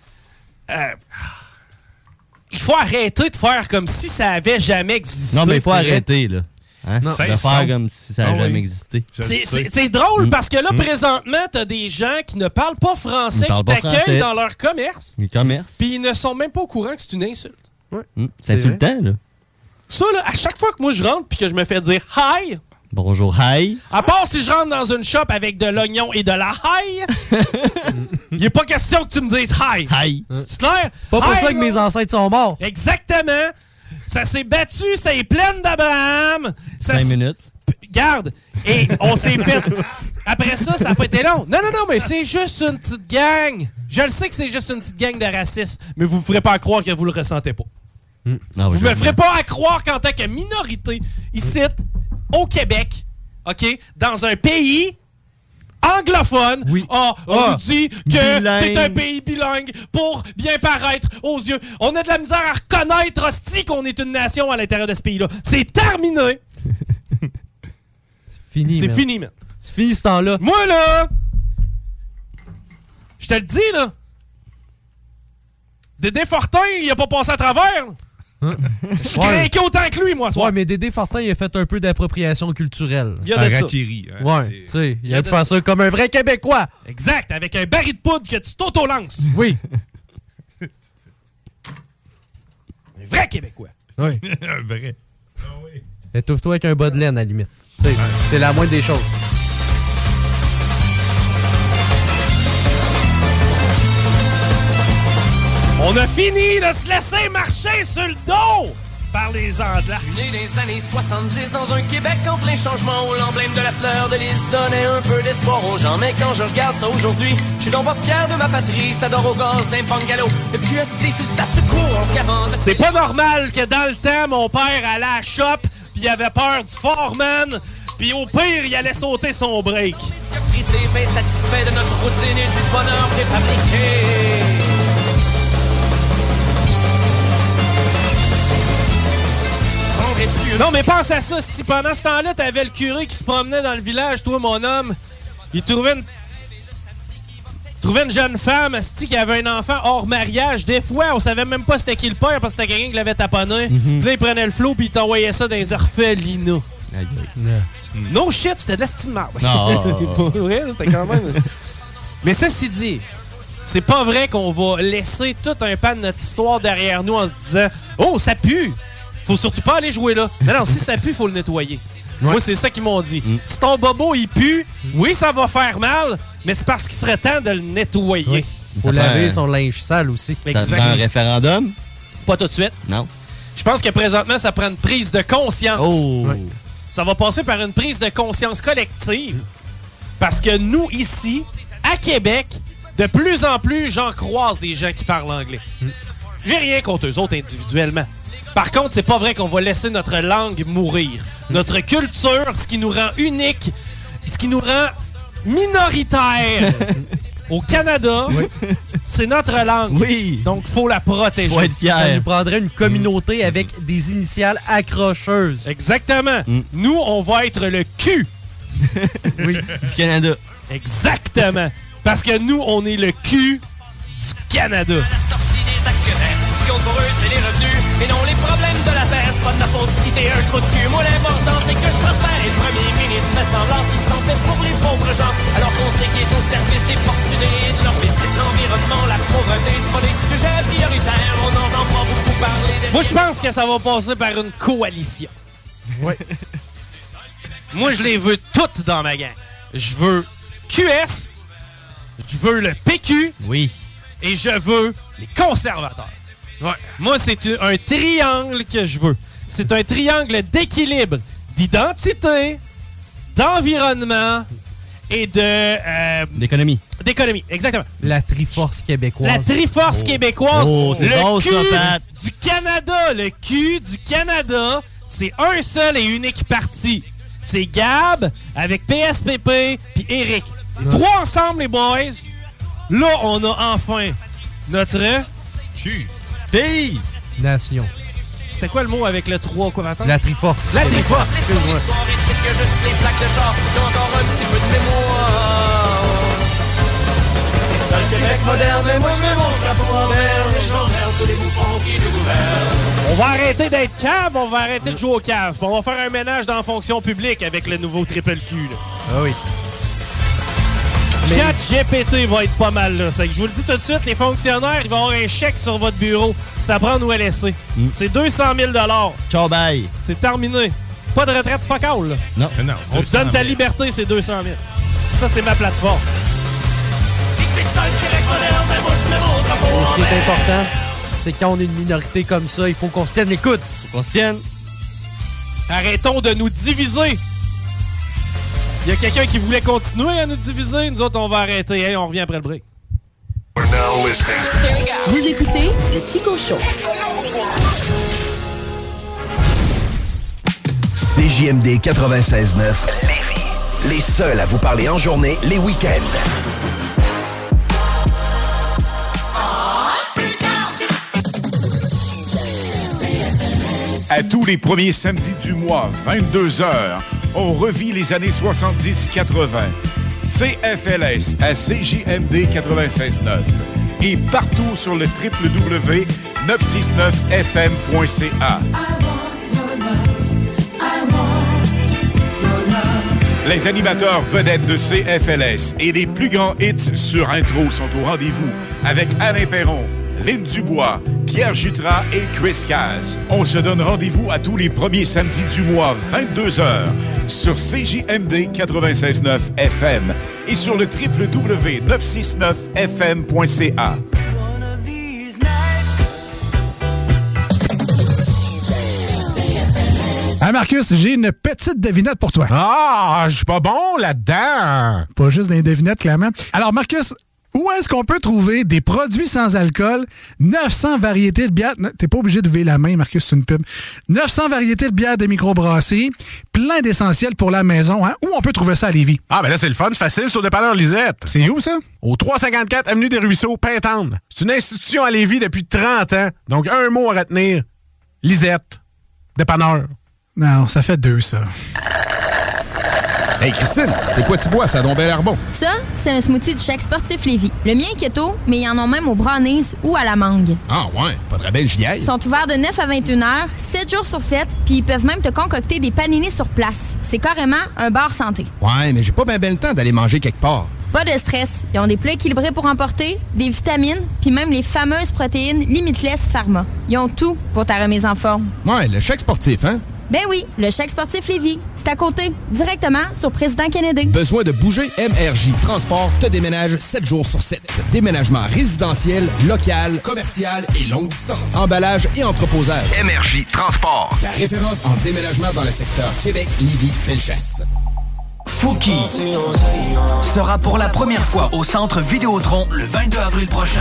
Il faut arrêter de faire comme si ça avait jamais existé. Non, mais il faut arrêter, là. Hein? Non, de faire comme si ça n'avait jamais existé. C'est drôle parce que là, présentement, t'as des gens qui ne parlent pas français, qui t'accueillent dans leur commerce. Les commerces. Puis ils ne sont même pas au courant que c'est une insulte. C'est insultant, là. Ça, là, à chaque fois que moi je rentre puis que je me fais dire « Hi », Bonjour, hi. À part si je rentre dans une shop avec de l'oignon et de la hi, il n'est pas question que tu me dises hi. Hi. C'est clair? C'est pas pour ça que mes ancêtres sont morts. Exactement. Ça s'est battu, ça est pleine d'Abraham. 5 minutes. Garde. Et on s'est fait... Après ça, ça n'a pas été long. Non, mais c'est juste une petite gang. Je le sais que c'est juste une petite gang de racistes, mais vous ne me ferez pas croire que vous le ressentez pas. Non, vous me ferez pas croire qu'en tant que minorité, ici, au Québec, OK, dans un pays anglophone, on nous dit que c'est un pays bilingue pour bien paraître aux yeux. On a de la misère à reconnaître, hostie, qu'on est une nation à l'intérieur de ce pays-là. C'est terminé. C'est fini, C'est man. fini, man. C'est fini ce temps-là. Moi, là, je te le dis, là, Dédé Fortin, il a pas passé à travers. Je suis craqué autant que lui, moi, soir. Ouais, mais Dédé Fortin, il a fait un peu d'appropriation culturelle. Il y a de ça. Ouais, tu sais, il a pu faire ça comme un vrai Québécois. Exact, avec un baril de poudre que tu t'auto-lances. Oui. Un vrai Québécois. Oui. Un vrai. Étouffe-toi avec un bas de laine, à la limite. Tu sais, c'est la moindre des choses. On a fini de se laisser marcher sur le dos par les Anglais. Né des années 70 dans un Québec en plein changement où l'emblème de la fleur de lys donnait un peu d'espoir aux gens. Mais quand je regarde ça aujourd'hui, je suis donc pas fier de ma patrie. Ça dort au gaz d'un bungalow. Et puis assis sur le statu quo en se gavant. C'est pas normal que dans le temps, mon père allait à la shop puis il avait peur du foreman puis au pire, il allait sauter son break. Médiocrité, bien satisfait de notre routine et du bonheur préfabriqué. Non, mais pense à ça, si pendant ce temps-là, t'avais le curé qui se promenait dans le village, toi, mon homme, il trouvait une jeune femme, asti, qui avait un enfant hors mariage. Des fois, on savait même pas c'était qui le père parce que c'était quelqu'un qui l'avait taponné. Puis là, il prenait le flot puis il t'envoyait ça dans les orphelinats. No shit, c'était de la style de marde. Pour vrai, c'était quand même... Mais ceci dit, c'est pas vrai qu'on va laisser tout un pan de notre histoire derrière nous en se disant « Oh, ça pue! » Faut surtout pas aller jouer là. Non, si ça pue, faut le nettoyer. Ouais. Moi, c'est ça qu'ils m'ont dit. Si ton bobo, il pue, oui, ça va faire mal, mais c'est parce qu'il serait temps de le nettoyer. Oui. Faut laver son linge sale aussi. Ça prend un référendum? Pas tout de suite. Non. Je pense que présentement, ça prend une prise de conscience. Oh. Ouais. Ça va passer par une prise de conscience collective. Parce que nous, ici, à Québec, de plus en plus, j'en croise des gens qui parlent anglais. J'ai rien contre eux autres individuellement. Par contre, c'est pas vrai qu'on va laisser notre langue mourir. Notre culture, ce qui nous rend unique, ce qui nous rend minoritaire au Canada, c'est notre langue. Oui. Donc, il faut la protéger. Faut être fier. Ça nous prendrait une communauté avec des initiales accrocheuses. Exactement. Nous, on va être le cul. Oui. Du Canada. Exactement. Parce que nous, on est le cul du Canada. Ce qui compte pour eux, c'est les revenus et non les problèmes de la terre. C'est pas de ta faute si t'es un trou de cul. Moi, l'important, c'est que je prospère. Et le premier ministre fait semblant qu'il s'en fait pour les pauvres gens. Alors qu'on sait qu'il est au service des fortunés et de leur business. L'environnement, la pauvreté, c'est pas des sujets prioritaires. On n'entend pas beaucoup parler des... Moi, je pense que ça va passer par une coalition. Oui. Moi, je les veux toutes dans ma gang. Je veux QS, je veux le PQ, oui, et je veux les conservateurs. Ouais. Moi, c'est un triangle que je veux. C'est un triangle d'équilibre, d'identité, d'environnement et d'économie. D'économie, exactement. La Triforce québécoise. La Triforce québécoise. C'est le bon, cul ça, Pat. du Canada. Le cul du Canada, c'est un seul et unique parti. C'est Gab avec PSPP puis Eric. Les trois ensemble, les boys. Là, on a enfin notre... Pays. Nation. C'était quoi le mot avec le 3, quoi, attends? La Triforce. La Triforce, excuse-moi. Que juste les plaques de char, j'ai encore un petit peu de mémoire. C'est ça le Québec moderne, mais moi je mets mon chapeau en verre. Et j'emmerde tous les bouffons qui nous gouvernent. On va arrêter d'être cave, on va arrêter de jouer au cave. Puis on va faire un ménage dans la fonction publique avec le nouveau triple Q. Là. Ah oui. ChatGPT va être pas mal là. C'est que je vous le dis tout de suite, les fonctionnaires, ils vont avoir un chèque sur votre bureau. C'est à prendre ou à laisser. C'est 200 000 $. Ciao, bye. C'est terminé. Pas de retraite focale, là. Non. On te donne ta liberté, c'est 200 000. Ça, c'est ma plateforme. Ce qui est important, c'est que quand on est une minorité comme ça, il faut qu'on se tienne les coudes. Faut qu'on se tienne. Arrêtons de nous diviser. Il y a quelqu'un qui voulait continuer à nous diviser. Nous autres, on va arrêter. Hey, on revient après le break. Vous écoutez le Chico Show. CJMD 96.9. Les seuls à vous parler en journée, les week-ends. À tous les premiers samedis du mois, 22h, on revit les années 70-80. CFLS à CJMD 96.9 et partout sur le www.969fm.ca. Les animateurs vedettes de CFLS et les plus grands hits sur intro sont au rendez-vous avec Alain Perron, Lynn Dubois, Pierre Jutras et Chris Caz. On se donne rendez-vous à tous les premiers samedis du mois, 22h, sur CJMD 96.9 FM et sur le www.969fm.ca. Ah, Marcus, j'ai une petite devinette pour toi. Ah, je suis pas bon là-dedans. Pas juste des devinettes, clairement. Alors, Marcus, où est-ce qu'on peut trouver des produits sans alcool, 900 variétés de bières... T'es pas obligé de lever la main, Marcus, c'est une pub. 900 variétés de bières de microbrasserie, plein d'essentiels pour la maison. Hein? Où on peut trouver ça à Lévis? Ah, ben là, c'est le fun, facile, c'est au dépanneur Lisette. C'est où, ça? Au 354 Avenue des Ruisseaux, Pintendre. C'est une institution à Lévis depuis 30 ans. Donc, un mot à retenir. Lisette. Dépanneur. Non, ça fait 2, ça. Hey, Christine, c'est quoi tu bois? Ça a donc bien l'air bon. Ça, c'est un smoothie du Chèque Sportif Lévis. Le mien est keto, mais ils en ont même au brownies ou à la mangue. Ah ouais, pas très belle, j'y aille. Ils sont ouverts de 9 à 21 heures, 7 jours sur 7, puis ils peuvent même te concocter des paninis sur place. C'est carrément un bar santé. Ouais, mais j'ai pas bien le temps d'aller manger quelque part. Pas de stress. Ils ont des plats équilibrés pour emporter, des vitamines, puis même les fameuses protéines Limitless Pharma. Ils ont tout pour ta remise en forme. Ouais, le Chèque Sportif, hein? Ben oui, le Chèque Sportif Lévis. C'est à côté, directement sur Président Kennedy. Besoin de bouger? MRJ Transport te déménage 7 jours sur 7. Déménagement résidentiel, local, commercial et longue distance. Emballage et entreposage. MRJ Transport. La référence en déménagement dans le secteur Québec-Lévis-Felchasse. Fouki sera pour la première fois au Centre Vidéotron le 22 avril prochain.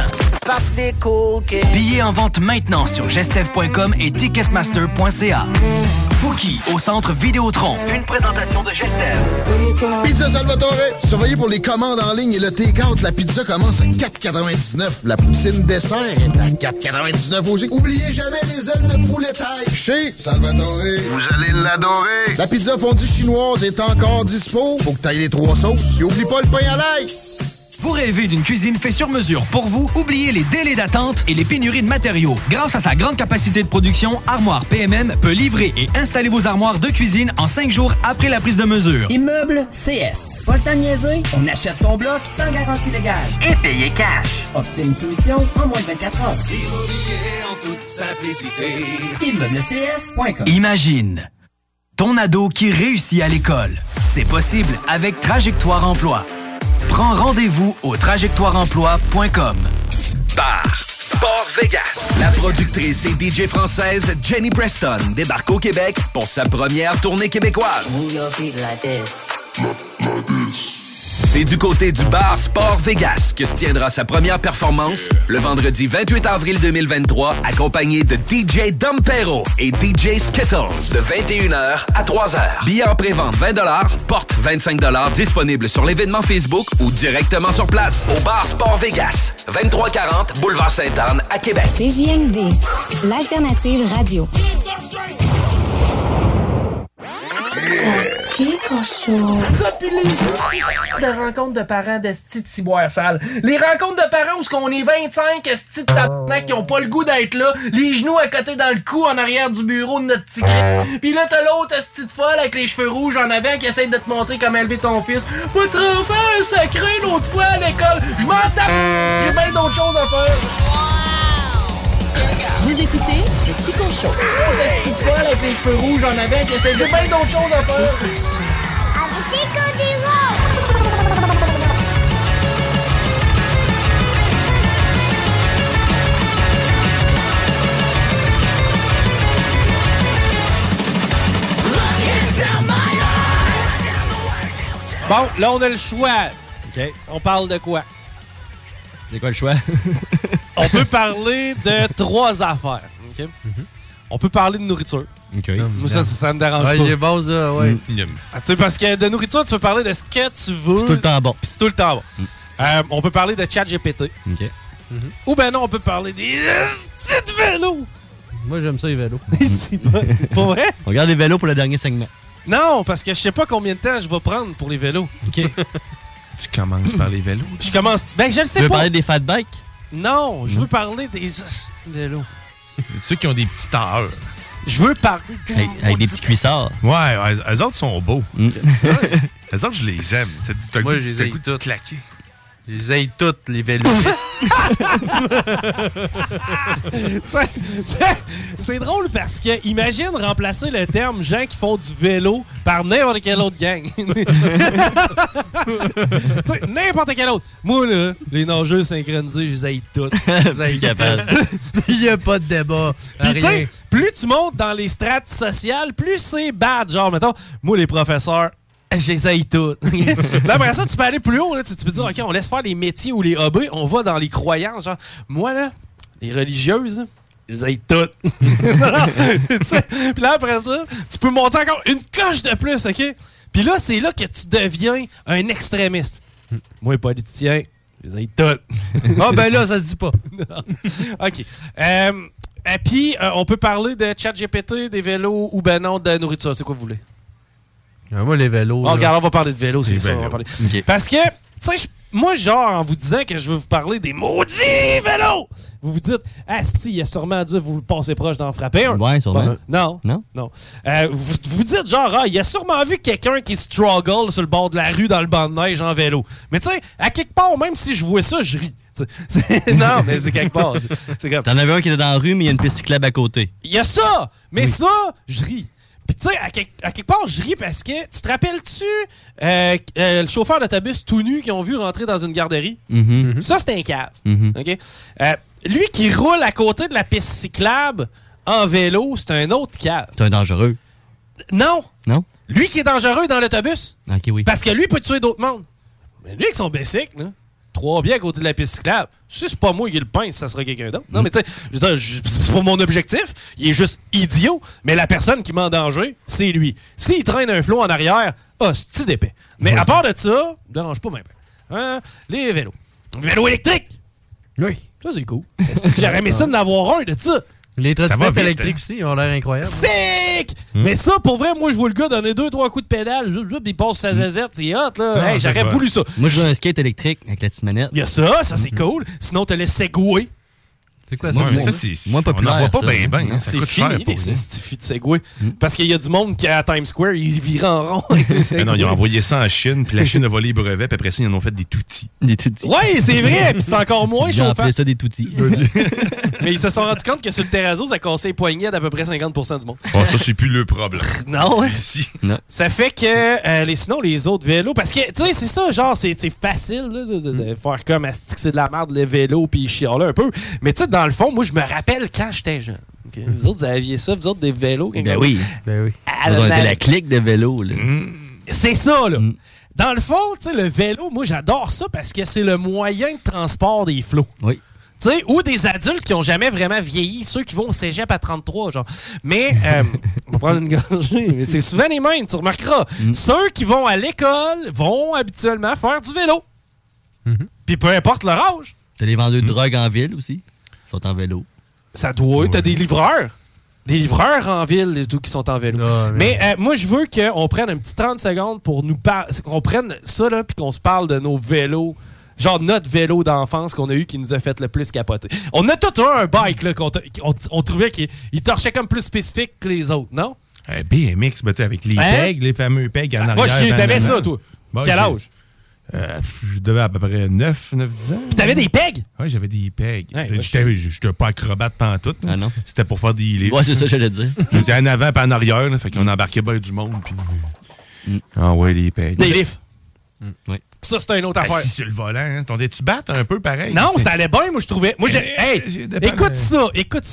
Billets en vente maintenant sur gestev.com et ticketmaster.ca. Fouki au Centre Vidéotron. Une présentation de Gestev. Pizza Salvatore. Surveillez pour les commandes en ligne et le take-out. La pizza commence à 4,99. La poutine dessert est à 4,99 aussi. Oubliez jamais les ailes de poulet taille. Chez Salvatore. Vous allez l'adorer. La pizza fondue chinoise est encore dispo. Faut que t'ailles les 3 sauces. Et oublie pas le pain à l'ail. Vous rêvez d'une cuisine faite sur mesure pour vous? Oubliez les délais d'attente et les pénuries de matériaux. Grâce à sa grande capacité de production, Armoire PMM peut livrer et installer vos armoires de cuisine en 5 jours après la prise de mesure. Immeuble CS. Pas le temps de niaiser? On achète ton bloc sans garantie légale. Et payer cash. Obtiens une soumission en moins de 24 heures. Immobilier en toute simplicité. ImmeublesCS.com. Imagine ton ado qui réussit à l'école. C'est possible avec Trajectoire Emploi. Prends rendez-vous au trajectoireemploi.com. Bar Sport Vegas. La productrice et DJ française Jenny Preston débarque au Québec pour sa première tournée québécoise. C'est du côté du bar Sport Vegas que se tiendra sa première performance le vendredi 28 avril 2023, accompagné de DJ Dompero et DJ Skittles de 21h à 3h. Billets en pré-vente 20$, porte 25$, disponible sur l'événement Facebook ou directement sur place au bar Sport Vegas, 2340 Boulevard Sainte-Anne à Québec. CJMD, l'alternative radio. Chico Show. Ça, puis les de rencontres de parents d'esti de ciboire sale. Les rencontres de parents où on est 25 esti de tabarnak qui ont pas le goût d'être là, les genoux à côté dans le cou en arrière du bureau de notre tigre. Puis là, t'as l'autre esti de folle avec les cheveux rouges en avant qui essaie de te montrer comment élever ton fils. Votre enfant est sacré l'autre fois à l'école. Je m'en tape. J'ai bien d'autres choses à faire. Vous écoutez le Chico Show. Oh, le petit poil avec les cheveux rouges en avant qui essaie de bien d'autres choses à faire. Avec Chico Diro! Bon, là, on a le choix. OK. On parle de quoi? C'est quoi le choix? On peut parler de 3 affaires. OK? On peut parler de nourriture. OK. Moi, ça me dérange pas. Il est bon, ça, ouais. Ah, tu sais, parce que de nourriture, tu peux parler de ce que tu veux. C'est tout le temps bon. Puis c'est tout le temps bon. On peut parler de ChatGPT. OK. Ou ben non, on peut parler des petites vélos. Moi, j'aime ça, les vélos. C'est pas pour vrai? On regarde les vélos pour le dernier segment. Non, parce que je sais pas combien de temps je vais prendre pour les vélos. OK. Tu commences par les vélos? Je commence. Ben, je le sais Tu veux pas. parler des fat bikes? Non, je veux parler des vélos. Ceux qui ont des petits tailleurs. Je veux parler avec des petits cuissards. Ouais, eux autres sont beaux. Eux autres, je les aime. Moi, je les aime toutes. Claqué. Je les aime toutes, les vélopistes. C'est drôle parce que imagine remplacer le terme gens qui font du vélo par n'importe quelle autre gang. N'importe quelle autre. Moi, là, les nageurs synchronisés, je les aime toutes. Il n'y a pas de débat. Puis tu sais, plus tu montes dans les strates sociales, plus c'est bad. Genre, mettons, moi, les professeurs, j'essaye tout. Là, après ça, tu peux aller plus haut. Là, tu peux dire, OK, on laisse faire les métiers ou les hobbies. On va dans les croyances. Genre, moi, là, les religieuses, j'essaye tout. Puis là, après ça, tu peux monter encore une coche de plus, OK? Puis là, c'est là que tu deviens un extrémiste. Moi, politicien, j'essaye tout. Ah, ben là, ça se dit pas. OK. Puis, on peut parler de ChatGPT, des vélos ou ben non, de nourriture. C'est quoi vous voulez? Moi, les vélos. Oh, regarde, on va parler de vélos, c'est ça. vélos. On va parler. Okay. Parce que, tu sais, moi, genre, en vous disant que je veux vous parler des maudits vélos, vous vous dites, ah, si, il y a sûrement dû vous passer proche d'en frapper un. Ouais, sûrement. Bon, non. Vous dites, genre, ah, il a sûrement vu quelqu'un qui struggle sur le bord de la rue dans le banc de neige en vélo. Mais tu sais, à quelque part, même si je vois ça, je ris. Non, mais c'est quelque part. C'est comme... T'en avais un qui était dans la rue, mais il y a une piste cyclable à côté. Il y a ça! Mais ça, je ris. Puis tu sais, à quelque part, je ris parce que, tu te rappelles-tu le chauffeur d'autobus tout nu qu'ils ont vu rentrer dans une garderie? Ça, c'est un cave. OK? Lui qui roule à côté de la piste cyclable en vélo, c'est un autre cave. C'est un dangereux. Non! Non? Lui qui est dangereux dans l'autobus. OK, oui. Parce que lui peut tuer d'autres mondes. Mais lui, avec son bicycle, là, 3 biens à côté de la piste cyclable. Je sais, c'est pas moi qui le pince, ça sera quelqu'un d'autre. Non, mais tu sais, c'est pas mon objectif. Il est juste idiot. Mais la personne qui met en danger, c'est lui. S'il traîne un flot en arrière, c'est d'épais. Mais à part de ça, ne dérange pas même. Hein? Les vélos. Vélo électrique! Oui. Ça, c'est cool. J'aurais aimé ça d'en avoir un de ça. Les trottinettes électriques aussi ont l'air incroyables. Sick! Mais ça, pour vrai, moi, je vois le gars donner 2-3 coups de pédale, il passe sa zazette, c'est hot, là. Hey, j'aurais voulu ça. Moi, je veux un skate électrique avec la petite manette. Il y a ça c'est cool. Sinon, t'as le Segway. C'est quoi ça? C'est moins populaire. On n'en voit pas ça. bien. C'est fini, les certificats de Segway. Parce qu'il y a du monde qui, à Times Square, ils virent en rond. Non, ils ont envoyé ça en Chine, puis la Chine a volé les brevets, puis après ça, ils en ont fait des toutis. Des toutis. Ouais, c'est vrai, puis c'est encore moins Ils ont chauffant. appelé ça des toutis. Mais ils se sont rendus compte que sur le terrazzo, ça cassait les poignets d'à peu près 50% du monde. Oh, ça, c'est plus le problème. Non, ouais. Ici. Non. Ça fait que sinon, les autres vélos, parce que, tu sais, c'est ça, genre, c'est facile là, de faire comme c'est de la merde, le vélo, puis chialer un peu. Mais tu sais, dans le fond, moi, je me rappelle quand j'étais jeune. Okay? Vous autres, vous aviez ça, vous autres, des vélos. Ben oui. On était la clique de vélos, là. C'est ça, là. Dans le fond, tu sais, le vélo, moi, j'adore ça parce que c'est le moyen de transport des flots. Oui. Tu sais, ou des adultes qui ont jamais vraiment vieilli, ceux qui vont au cégep à 33, genre. Mais, on va prendre une gorgée, mais c'est souvent les mêmes, tu remarqueras. Ceux qui vont à l'école vont habituellement faire du vélo. Puis peu importe leur âge. T'as les vendeurs de drogue en ville aussi. Ils sont en vélo. Ça doit. T'as des livreurs. Des livreurs en ville et tout qui sont en vélo. Mais moi, je veux qu'on prenne un petit 30 secondes pour nous parler. Qu'on prenne ça, là, puis qu'on se parle de nos vélos. Genre notre vélo d'enfance qu'on a eu qui nous a fait le plus capoter. On a tout un bike là, qu'on trouvait qu'il torchait comme plus spécifique que les autres, non? BMX, avec les pegs, les fameux pegs en arrière. Va chier, t'avais ça, toi. Quel âge? Je devais à peu près 9-10 ans. Puis t'avais des pegs? Oui, j'avais des pegs. Ouais, j'étais pas acrobate pantoute. Ah non? C'était pour faire des livres. Ouais, c'est ça que j'allais dire. J'étais en avant et en arrière, là, fait qu'on embarquait bien du monde. Puis... Ah ouais, les pegs. Des livres. Oui. Ça, c'était une autre affaire. Assis sur le volant, hein. Tu battes un peu pareil? Non, ça allait bien, moi, je trouvais. Moi, écoute ça.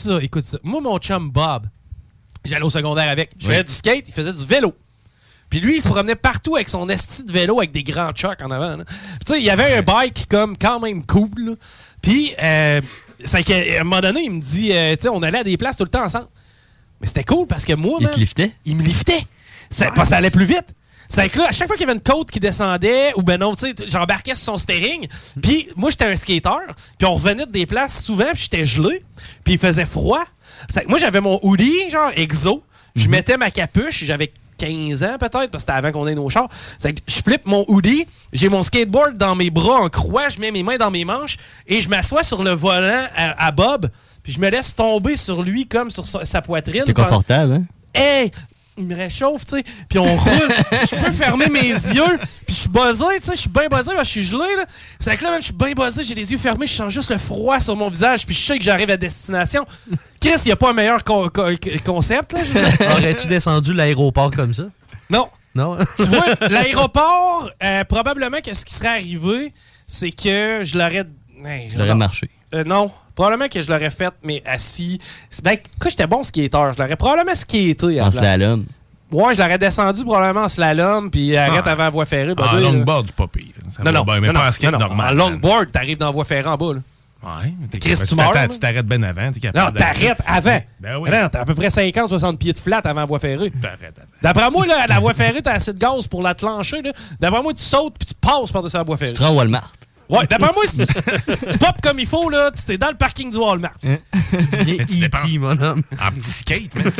Moi, mon chum Bob, j'allais au secondaire avec. Je faisais du skate, il faisait du vélo. Puis lui, il se promenait partout avec son esti de vélo avec des grands chocs en avant. Tu sais, il y avait un bike comme quand même cool. Là. Puis, c'est qu'à un moment donné, il me dit, tu sais, on allait à des places tout le temps ensemble. Mais c'était cool parce que moi, il te liftait? Il me liftait. Ça allait plus vite. C'est que là, à chaque fois qu'il y avait une côte qui descendait, ou ben non, tu sais, j'embarquais sur son steering. Puis moi, j'étais un skater. Puis on revenait de des places souvent, puis j'étais gelé. Puis il faisait froid. Moi, j'avais mon hoodie, genre exo. Je mettais ma capuche. J'avais 15 ans peut-être, parce que c'était avant qu'on ait nos chars. C'est que je flippe mon hoodie, j'ai mon skateboard dans mes bras en croix, je mets mes mains dans mes manches et je m'assois sur le volant à Bob, puis je me laisse tomber sur lui comme sur sa poitrine. T'es confortable, hein? Hey! Il me réchauffe, tu sais, puis on roule. Je peux fermer mes yeux, puis je suis buzzé, tu sais, je suis bien buzzé, parce que je suis gelé, là. C'est que là, même, je suis bien buzzé, j'ai les yeux fermés, je sens juste le froid sur mon visage, puis je sais que j'arrive à destination. Chris, il n'y a pas un meilleur concept, là. Aurais-tu descendu l'aéroport comme ça? Non. Non? Tu vois, l'aéroport, probablement que ce qui serait arrivé, c'est que je l'aurais... Je l'aurais marché. Non. Probablement que je l'aurais fait, mais assis. Ben, quand j'étais bon skater, je l'aurais probablement skaté. En slalom. Ouais, je l'aurais descendu probablement en slalom, puis arrête avant la voie ferrée. En longboard, c'est pas pire. Non, mais pas en skate normal. En longboard, t'arrives dans la voie ferrée en bas. Là. Ouais. Chris, tu meurs. Tu t'arrêtes bien avant. Non, t'arrêtes avant. Ben oui. Non, t'as à peu près 50-60 pieds de flat avant la voie ferrée. T'arrêtes avant. D'après moi, là, la voie ferrée, t'as assez de gaz pour la clencher. D'après moi, tu sautes, puis tu passes par-dessus la voie ferrée. Tu te rends au Walmart. Ouais, d'après moi, si tu popes comme il faut, là, tu es dans le parking du Walmart. Tu deviens E.T., mon homme. En petit skate, man.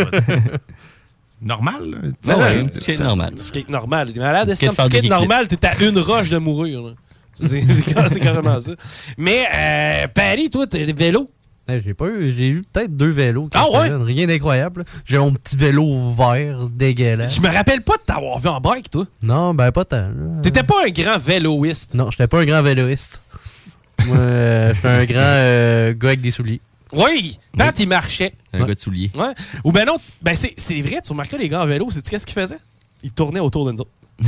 Normal, là. Ouais, skate normal. Skate normal. T'es malade. Si un petit skate normal, t'es à une roche de mourir. Là. C'est carrément ça. Mais, Paris, toi, t'es vélo? J'ai eu peut-être 2 vélos. Ah ouais? Rien d'incroyable. J'ai mon petit vélo vert dégueulasse. Je me rappelle pas de t'avoir vu en bike, toi. Non, ben pas tant. T'étais pas un grand véloïste. Non, j'étais pas un grand véloïste. Moi, j'étais un grand gars avec des souliers. Oui, quand il marchait. Un gars de souliers. Ouais. Ou ben non, ben c'est vrai, tu remarquais les grands vélos, sais-tu qu'est-ce qu'ils faisaient? Ils tournaient autour de nous autres.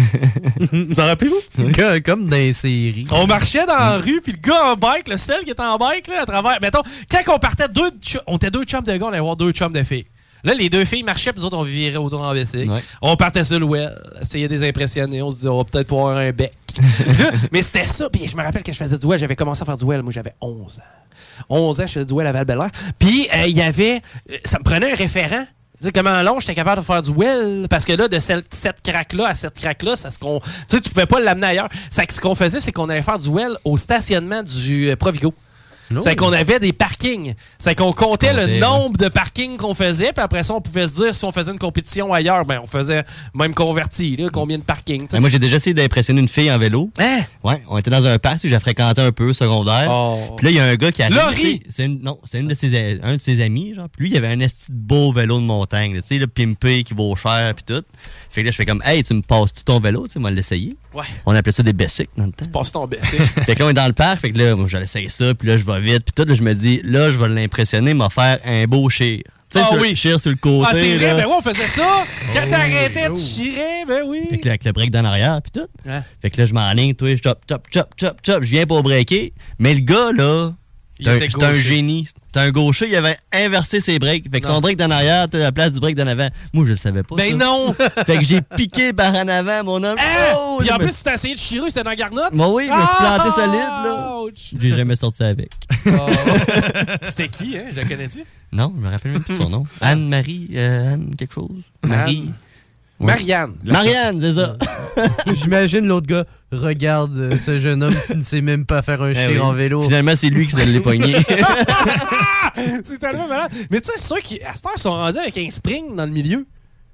Vous en rappelez-vous? Oui. Comme dans les séries. On marchait dans la rue, puis le gars en bike, le seul qui était en bike, là, à travers. Mettons, quand on partait, on était 2 chums de gars, on allait voir 2 chums de filles. Là, les 2 filles marchaient, puis nous autres, on virait autour en bicycle. Ouais. On partait sur le web, essayait de les impressionner. On se disait, on va peut-être pouvoir avoir un bec. Mais c'était ça. Puis je me rappelle que je faisais du well. J'avais commencé à faire du well. Moi, j'avais 11 ans. 11 ans, je faisais du well à Val-Bélair. Puis il y avait. Ça me prenait un référent. Tu sais, comment long j'étais capable de faire du well? Parce que là, de cette craque-là à cette craque-là, tu sais, tu pouvais pas l'amener ailleurs. Ce qu'on faisait, c'est qu'on allait faire du well au stationnement du Provigo. C'est qu'on avait des parkings. C'est qu'on comptait le nombre de parkings qu'on faisait, puis après ça, on pouvait se dire si on faisait une compétition ailleurs, ben on faisait même converti, là, combien de parkings. Moi, j'ai déjà essayé d'impressionner une fille en vélo. Hein? Ouais, on était dans un parc, j'ai fréquenté un peu secondaire. Oh. Puis là, il y a un gars qui arrive. Laurie! C'est un de ses amis, genre. Puis lui, il avait un esti de beau vélo de montagne, tu sais, le pimpé qui vaut cher, puis tout. Fait que là, je fais comme, hey, tu me passes-tu ton vélo? Tu sais, moi, l'essayer. Ouais. On appelait ça des bicycles dans le temps. Tu passes ton bicycle. Fait que là, on est dans le parc, fait que là, moi, j'allais essayer ça, puis là, je vais vite, puis tout, là, je me dis, là, je vais l'impressionner, m'a faire un beau cheer. Tu sais, oui. Cheer sur le côté. Ah, c'est vrai, là. ben oui, on faisait ça. Quand t'arrêtais, tu chirais, ben oui. Fait que là, avec le break dans l'arrière, puis tout. Ouais. Fait que là, je m'enligne, toi, je chop, je viens pour breaker. Mais le gars, là, c'est un génie. C'est un gaucher, il avait inversé ses breaks. Fait que son break d'en arrière, t'as la place du break d'en avant. Moi, je le savais pas. Ben ça. non! Fait que j'ai piqué par en avant, mon homme. Oh, puis en plus, si t'as essayé de chirer, c'était dans la garnotte? Moi, oui, je me suis planté solide, là. J'ai jamais sorti avec. Oh. C'était qui, hein? Je la connais-tu? Non, je me rappelle même plus son nom. Anne-Marie, Anne quelque chose? Marie. Ouais. Marianne. Marianne, c'est ça. J'imagine l'autre gars regarde ce jeune homme qui ne sait même pas faire un chien en vélo. Finalement, c'est lui qui s'est les pogné. C'est tellement malade. Mais tu sais, c'est sûr qu'à cette heure, ils sont rendus avec un spring dans le milieu.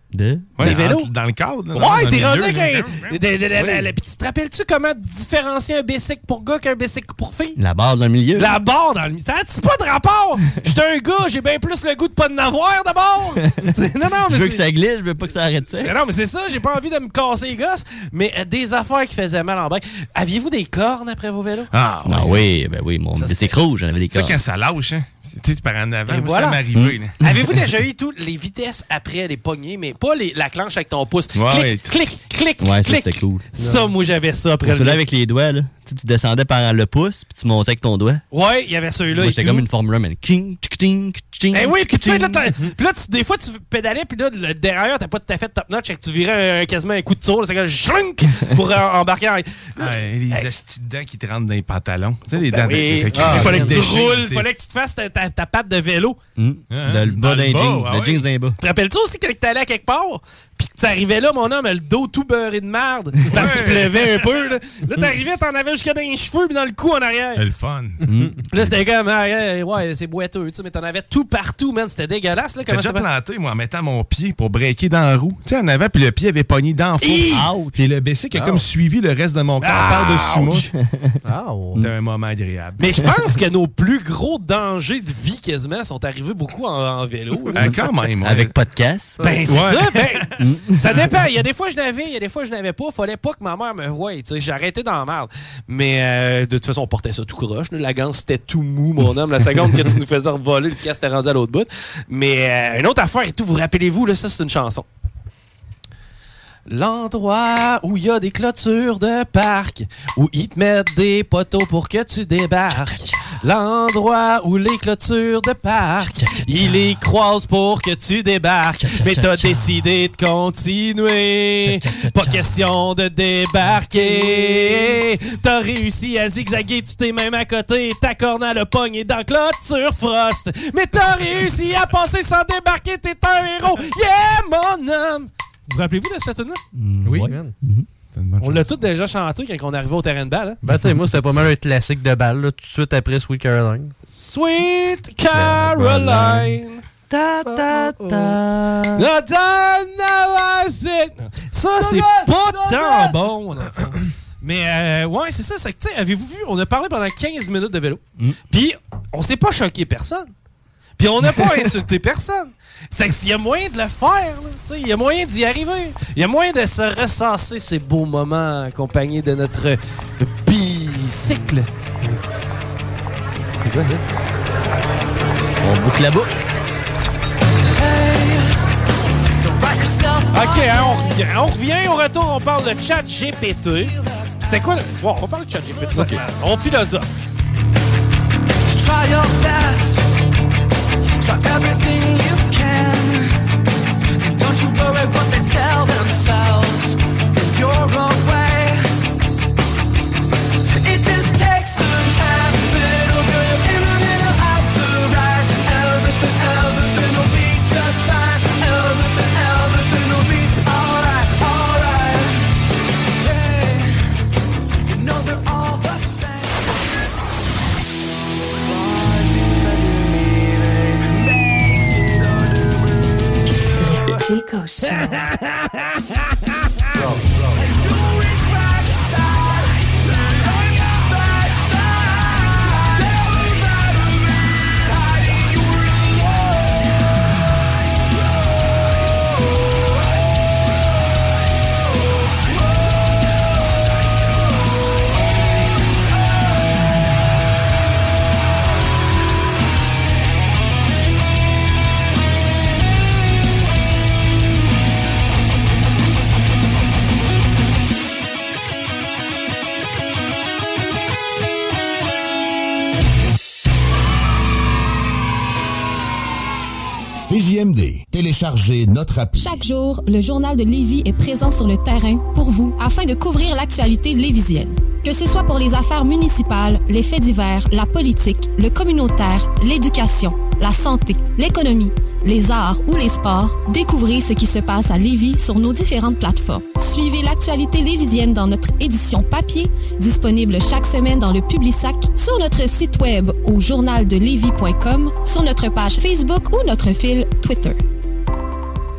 Des vélos? Dans le cadre. Là, ouais, dans t'es le rendu milieu, avec Puis tu te rappelles-tu comment différencier un bicycle pour gars qu'un bicycle pour filles? La barre dans le milieu. La barre dans le milieu. Ça n'a pas de rapport! J'étais un gars, j'ai bien plus le goût de pas en avoir d'abord! Non, mais je veux que ça glisse, je veux pas que ça arrête ça. Mais non, mais c'est ça, j'ai pas envie de me casser les gosses. Mais des affaires qui faisaient mal en bike. Aviez-vous des cornes après vos vélos? Ah, oui, ben oui, mon bicycle rouge, j'en avais des cornes. Ça, quand ça lâche, hein? Tu sais, par en avant, moi, voilà. ça m'est arrivé. Avez-vous déjà eu toutes les vitesses après les poignées, mais pas la clenche avec ton pouce? Ouais, clic. Ouais, ça, clic. c'était cool. Ça, moi, j'avais ça après Celui-là avec les doigts, là. Tu descendais par le pouce, puis tu montais avec ton doigt. Ouais, il y avait celui-là. C'était comme une Formule 1, mais Eh oui, puis tu sais, là, des fois, tu pédalais, puis là, le derrière, t'as pas tout à fait top-notch, et que tu virais quasiment un coup de tour, c'est comme chlunk pour embarquer. Les astis de dents qui te rentrent dans les pantalons. Tu sais, les dents. Il fallait que tu roules, il fallait que tu te fasses ta patte de vélo. Le bas d'un jeans, le jeans d'un bas. Te rappelles-tu aussi que t'allais à quelque part, puis que t'arrivais là, mon homme, le dos tout beurré de merde, parce qu'il pleuvait un peu. Là, t'arrivais, t'en avais jusqu'à dans les cheveux, puis dans le cou en arrière. C'est le fun. Là, c'était comme, ouais, c'est boiteux, tu sais, mais t'en avais tout partout, man. C'était dégueulasse. Là, j'ai déjà planté, moi, en mettant mon pied pour breaker dans la roue. Tu sais, en avant, puis le pied avait pogné dans le fond. Puis le bicycle a comme suivi le reste de mon corps par-dessus moi. C'était un moment agréable. Mais je pense que nos plus gros dangers de vie, quasiment, sont arrivés beaucoup en vélo. Quand même. Avec podcast. Ben, c'est ça. Ça dépend. Il y a des fois, je n'avais, il y a des fois, je n'avais pas. Fallait pas que ma mère me voie. J'ai arrêté dans la merde. Mais de toute façon, on portait ça tout croche. La ganse, c'était tout mou, mon homme. La seconde que tu nous faisais revoler, le casque était rendu à l'autre bout. Mais une autre affaire et tout, vous rappelez-vous, là, ça, c'est une chanson. L'endroit où il y a des clôtures de parc, où ils te mettent des poteaux pour que tu débarques. L'endroit où les clôtures de parc, ils les croisent pour que tu débarques. Mais t'as décidé de continuer, pas question de débarquer. T'as réussi à zigzaguer, tu t'es même à côté. Ta corne à le pogne dans clôture frost. Mais t'as réussi à passer sans débarquer, t'es un héros. Yeah, mon homme! Vous rappelez-vous de cette tune-là? Oui. On l'a tous déjà chanté quand on est arrivé au terrain de balle. Hein? Ben, tu sais, moi, c'était pas mal un classique de balle, là, tout de suite après Sweet Caroline. Sweet Caroline. Ta ta ta. Ça, c'est pas tant bon, mon enfant. Mais, ouais, c'est ça. C'est que, tu sais, avez-vous vu, on a parlé pendant 15 minutes de vélo. Puis, on s'est pas choqué personne. Puis on n'a pas insulté personne. C'est qu'il y a moyen de le faire. Il y a moyen d'y arriver. Il y a moyen de se ressasser ces beaux moments accompagnés de notre bicycle. C'est quoi ça? On boucle la boucle. OK, hein, on revient au retour. On parle de ChatGPT. C'était quoi? Bon, on parle de ChatGPT. Okay. On philosophe. Try your best. Try everything you can. And don't you worry what they tell themselves. You're away. It just takes some time. Little girl in a little out the right. Everything will be just fine. Everything will be alright, alright. Hey, you know they're all the same. Chico Show. CJMD. Téléchargez notre appli. Chaque jour, le Journal de Lévis est présent sur le terrain pour vous afin de couvrir l'actualité lévisienne. Que ce soit pour les affaires municipales, les faits divers, la politique, le communautaire, l'éducation, la santé, l'économie, les arts ou les sports, découvrez ce qui se passe à Lévis sur nos différentes plateformes. Suivez l'actualité lévisienne dans notre édition papier, disponible chaque semaine dans le Publisac, sur notre site web au journaldelevis.com, sur notre page Facebook ou notre fil Twitter.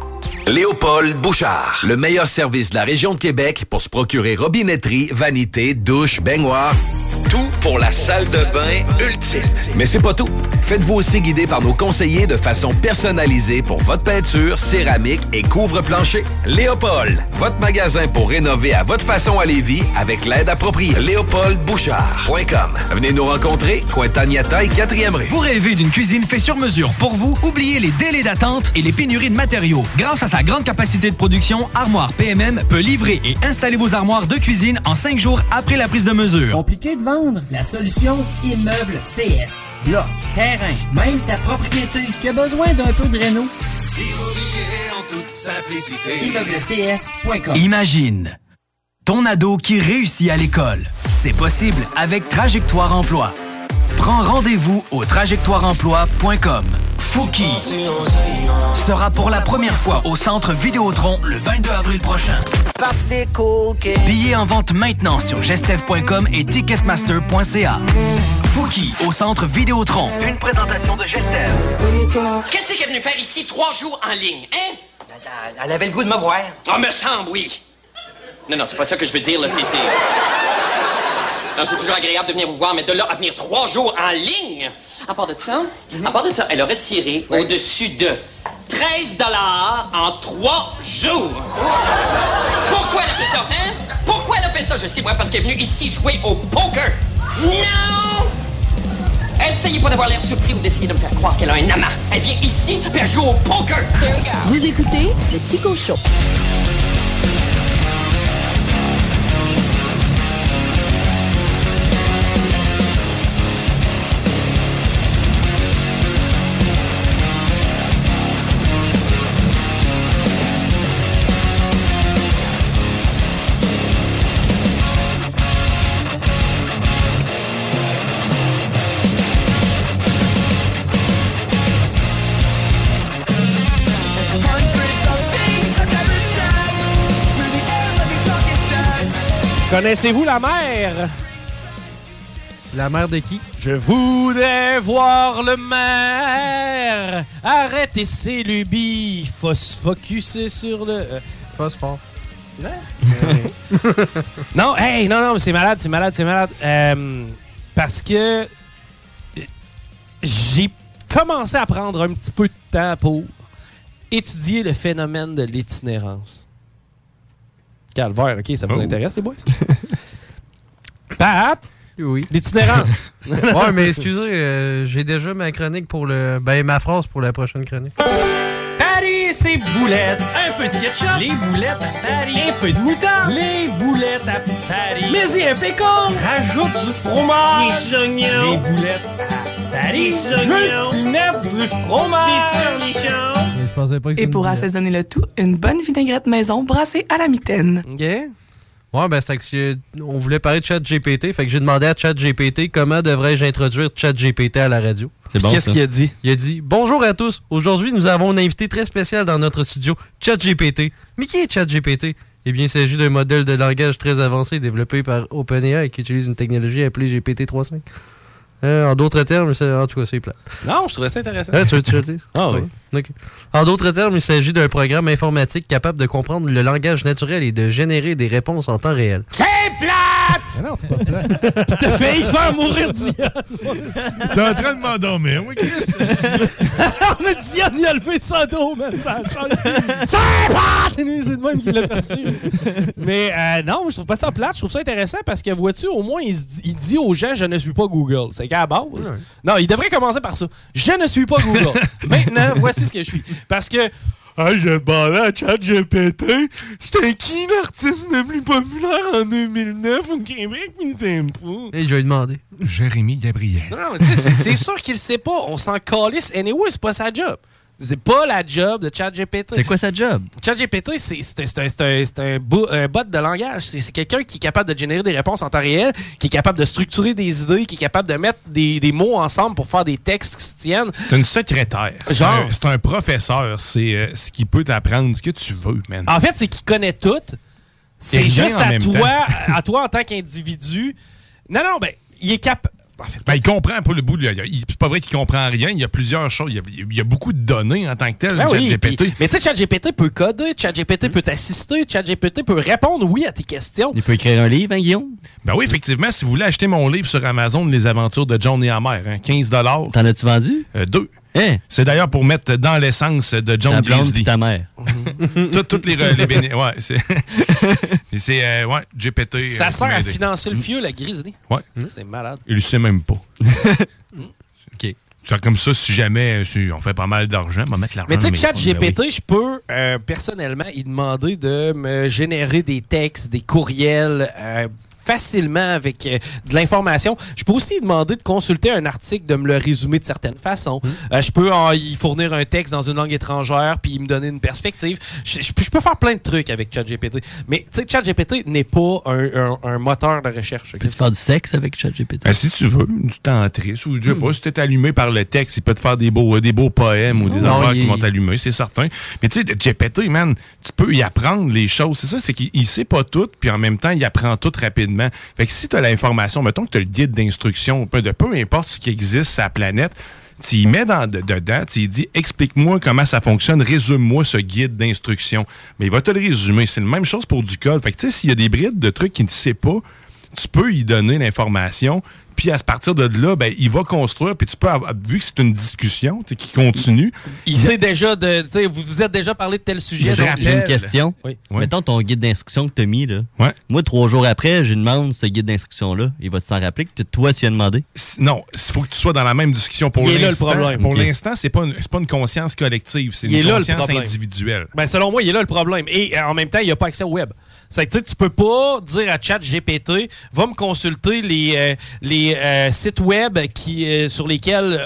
Léopold Bouchard. Le meilleur service de la région de Québec pour se procurer robinetterie, vanité, douche, baignoire. Tout pour la salle de bain ultime. Mais c'est pas tout. Faites-vous aussi guider par nos conseillers de façon personnalisée pour votre peinture, céramique et couvre-plancher. Léopold, votre magasin pour rénover à votre façon à Lévis avec l'aide appropriée. LéopoldBouchard.com. Venez nous rencontrer, Cointagnata et 4e rue. Vous rêvez d'une cuisine faite sur mesure pour vous? Oubliez les délais d'attente et les pénuries de matériaux. Grâce à sa grande capacité de production, Armoire PMM peut livrer et installer vos armoires de cuisine en 5 jours après la prise de mesure. Compliqué de vendre? La solution Immeuble CS. Bloc, terrain, même ta propriété qui a besoin d'un peu de réno. Immobilier en toute simplicité. ImmeublesCS.com. Imagine ton ado qui réussit à l'école. C'est possible avec Trajectoire Emploi. Prends rendez-vous au trajectoireemploi.com. Fouki sera pour la première fois au Centre Vidéotron le 22 avril prochain. Billets en vente maintenant sur gestev.com et ticketmaster.ca. Fouki au Centre Vidéotron. Une présentation de Gestev. Qu'est-ce qu'elle est venue faire ici 3 jours en ligne, hein? Elle avait le goût de me voir. Ah, me semble, oui. Non, c'est pas ça que je veux dire, là, c'est... Non, c'est toujours agréable de venir vous voir, mais de là à venir 3 jours en ligne. À part de ça, elle a retiré au-dessus de 13 $ en 3 jours. Pourquoi elle a fait ça, hein? Pourquoi elle a fait ça? Je sais, moi, parce qu'elle est venue ici jouer au poker. Non! Essayez pas d'avoir l'air surpris ou d'essayer de me faire croire qu'elle a un amas. Elle vient ici, puis elle joue au poker. Vous écoutez le Chico Show. Connaissez-vous la mer? La mer de qui? Je voudrais voir le maire. Arrêtez ces lubies. Faut se focuser sur le... Phosphore. Non, hey, non, mais c'est malade. Parce que j'ai commencé à prendre un petit peu de temps pour étudier le phénomène de l'itinérance. Calvaire, OK, ça vous intéresse, les boys? Pat? Oui. L'itinérance. Ouais, mais excusez, j'ai déjà ma chronique pour le... ma phrase pour la prochaine chronique. Paris, c'est boulettes. Un peu de ketchup. Les boulettes à Paris. Un peu de moutarde. Les boulettes à Paris. Mais y un pécan. Rajoute du fromage. Des oignons. Les boulettes à Paris. Des oignons. Tu mettre du fromage. Des cornichons. Je pensais pas que et pour assaisonner le tout, une bonne vinaigrette maison brassée à la mitaine. OK. Ouais, c'était qu'on voulait parler de ChatGPT, fait que j'ai demandé à ChatGPT comment devrais-je introduire ChatGPT à la radio. C'est bon, qu'est-ce qu'il a dit? Il a dit « Bonjour à tous, aujourd'hui nous avons un invité très spécial dans notre studio, ChatGPT. Mais qui est ChatGPT? Eh bien, il s'agit d'un modèle de langage très avancé développé par OpenAI qui utilise une technologie appelée GPT-3.5. En d'autres termes, en tout cas, c'est plat. Non, je trouvais ça intéressant. Tu veux que je le dise? Ah oui. Okay. En d'autres termes, il s'agit d'un programme informatique capable de comprendre le langage naturel et de générer des réponses en temps réel. C'est plate! Ah non, c'est pas plate. Puis t'as failli faire mourir Diane. T'es en train de m'endormir, moi, Chris. Mais Diane, il a levé son dos, man. Ça a changé. C'est plate! C'est de même qu'il l'a perçu. Mais non, je trouve pas ça plate. Je trouve ça intéressant parce que, vois-tu, au moins, il dit aux gens « Je ne suis pas Google ». C'est qu'à la base. Ouais. Non, il devrait commencer par ça. « Je ne suis pas Google ». Maintenant, voici ce que je suis. Parce que... Ah, j'ai demandé à ChatGPT, c'était qui l'artiste le plus populaire en 2009 au Québec, mais il sait pas. Et je vais lui demander. Jérémy Gabriel. Non, mais c'est sûr qu'il le sait pas. On s'en calisse. Anyway, c'est pas sa job. C'est pas la job de ChatGPT. C'est quoi sa job? ChatGPT, c'est un bot de langage. C'est quelqu'un qui est capable de générer des réponses en temps réel, qui est capable de structurer des idées, qui est capable de mettre des mots ensemble pour faire des textes qui se tiennent. C'est une secrétaire. C'est un professeur. C'est ce qui peut t'apprendre ce que tu veux, man. En fait, c'est qu'il connaît tout. C'est juste à toi en tant qu'individu. Non, ben, il est capable... Ben, il comprend pas le bout. C'est pas vrai qu'il comprend rien. Il y a plusieurs choses. Il y a beaucoup de données en tant que tel. ChatGPT. Mais tu sais, ChatGPT peut coder, ChatGPT peut t'assister, ChatGPT peut répondre oui à tes questions. Il peut écrire un livre, hein, Guillaume? Ben oui, effectivement. Si vous voulez acheter mon livre sur Amazon, Les aventures de John et Homer, hein, 15 $. T'en as-tu vendu? 2. Hein? C'est d'ailleurs pour mettre dans l'essence de John Grizzly. Ta mère. Toutes les bénéfices. Ouais, c'est GPT. Ça sert à financer le fuel, la Grizzly. Ouais. C'est malade. Il le sait même pas. OK. C'est comme ça, si jamais on fait pas mal d'argent, on va mettre l'argent. Mais tu sais que ChatGPT, je peux personnellement y demander de me générer des textes, des courriels facilement avec de l'information. Je peux aussi demander de consulter un article, de me le résumer de certaines façons. Je peux y fournir un texte dans une langue étrangère puis me donner une perspective. Je peux faire plein de trucs avec ChatGPT. Mais tu sais, ChatGPT n'est pas un moteur de recherche. Peux-tu faire du sexe avec ChatGPT? Ben, si tu veux, du tantrisme, ou je sais pas, si t'es allumé par le texte, il peut te faire des beaux poèmes ou des affaires qui vont t'allumer, c'est certain. Mais tu sais, GPT, man, tu peux y apprendre les choses. C'est ça, c'est qu'il sait pas tout, puis en même temps, il apprend tout rapidement. Fait que si tu as l'information, mettons que tu as le guide d'instruction, peu importe ce qui existe sur la planète, tu y mets dedans, tu y dis « Explique-moi comment ça fonctionne, résume-moi ce guide d'instruction. » Mais il va te le résumer. C'est la même chose pour du code. Fait que tu sais, s'il y a des brides de trucs qu'il ne sait pas, tu peux y donner l'information. Puis à partir de là, ben, il va construire. Puis tu peux, vu que c'est une discussion qui continue. Il sait déjà vous vous êtes déjà parlé de tel sujet. J'ai une question. Oui. Mettons ton guide d'instruction que tu as mis, là. Ouais. Moi, 3 jours après, je demande ce guide d'instruction-là. Il va te s'en rappeler que toi, tu as demandé? Non, il faut que tu sois dans la même discussion. Pour l'instant, là le problème. Pour l'instant, c'est pas une conscience collective, c'est une conscience individuelle. Ben, selon moi, il est là le problème. Et en même temps, il n'y a pas accès au web. C'est que tu peux pas dire à ChatGPT, va me consulter les sites web sur lesquels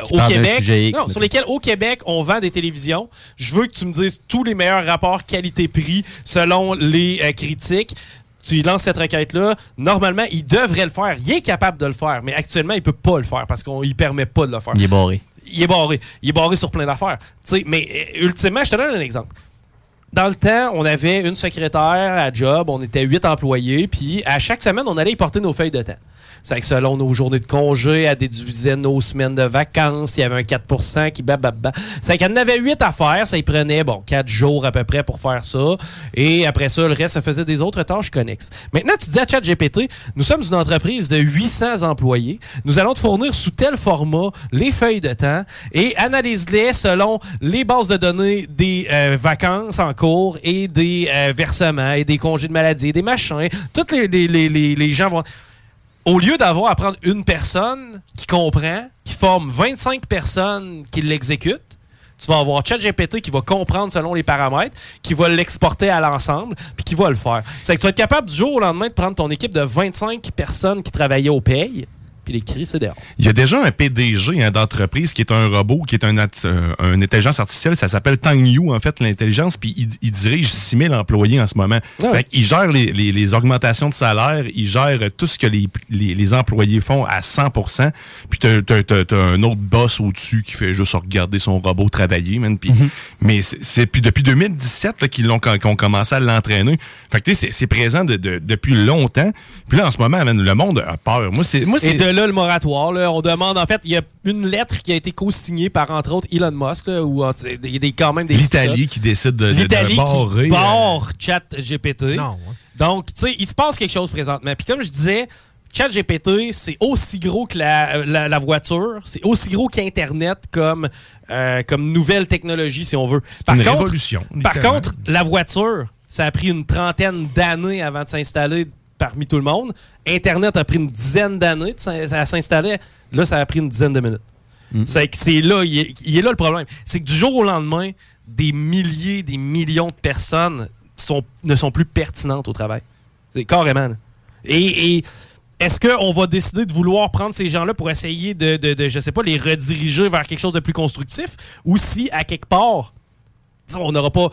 sur lesquels au Québec on vend des télévisions. Je veux que tu me dises tous les meilleurs rapports qualité-prix selon les critiques. Tu lances cette requête-là. Normalement, il devrait le faire. Il est capable de le faire, mais actuellement, il peut pas le faire parce qu'on lui permet pas de le faire. Il est barré. Il est barré sur plein d'affaires. Mais ultimement, je te donne un exemple. Dans le temps, on avait une secrétaire à job, on était 8 employés, puis à chaque semaine, on allait y porter nos feuilles de temps. C'est que selon nos journées de congé, elle déduisait nos semaines de vacances, il y avait un 4% qui bababa. C'est qu'elle en avait 8 à faire, ça y prenait 4 jours à peu près pour faire ça. Et après ça, le reste, ça faisait des autres tâches connexes. Maintenant, tu dis à ChatGPT, nous sommes une entreprise de 800 employés, nous allons te fournir sous tel format les feuilles de temps et analyse-les selon les bases de données des vacances en cours et des versements et des congés de maladie, des machins. Tous les gens vont... Au lieu d'avoir à prendre une personne qui comprend, qui forme 25 personnes qui l'exécutent, tu vas avoir ChatGPT qui va comprendre selon les paramètres, qui va l'exporter à l'ensemble, puis qui va le faire. C'est que tu vas être capable du jour au lendemain de prendre ton équipe de 25 personnes qui travaillaient au paye, puis les cris, c'est dehors. Il y a déjà un PDG d'entreprise qui est un robot, qui est une intelligence artificielle. Ça s'appelle Tang Yu, en fait, l'intelligence. Puis il dirige 6000 employés en ce moment. Ah ouais. Fait qu'il gère les augmentations de salaire. Il gère tout ce que les employés font à 100%. Puis t'as un autre boss au-dessus qui fait juste regarder son robot travailler. Puis, mais c'est depuis 2017 là, qu'ils ont commencé à l'entraîner. Fait que c'est présent depuis longtemps. Puis là, en ce moment, le monde a peur. Moi, c'est là, le moratoire, là, on demande, en fait, il y a une lettre qui a été co-signée par, entre autres, Elon Musk, là, où il y a quand même des... L'Italie qui décide de barrer... L'Italie qui barre ChatGPT. Non. Donc, tu sais, il se passe quelque chose présentement. Puis comme je disais, ChatGPT, c'est aussi gros que la voiture, c'est aussi gros qu'Internet comme nouvelle technologie, si on veut. Par contre, révolution. Par contre, la voiture, ça a pris une 30aine d'années avant de s'installer parmi tout le monde. Internet a pris une 10aine d'années à s'installer. Là, ça a pris une 10aine de minutes. C'est là, il est là le problème. C'est que du jour au lendemain, des milliers, des millions de personnes ne sont plus pertinentes au travail. C'est carrément. Et est-ce qu'on va décider de vouloir prendre ces gens-là pour essayer de je sais pas, les rediriger vers quelque chose de plus constructif? Ou si, à quelque part, on n'aura pas...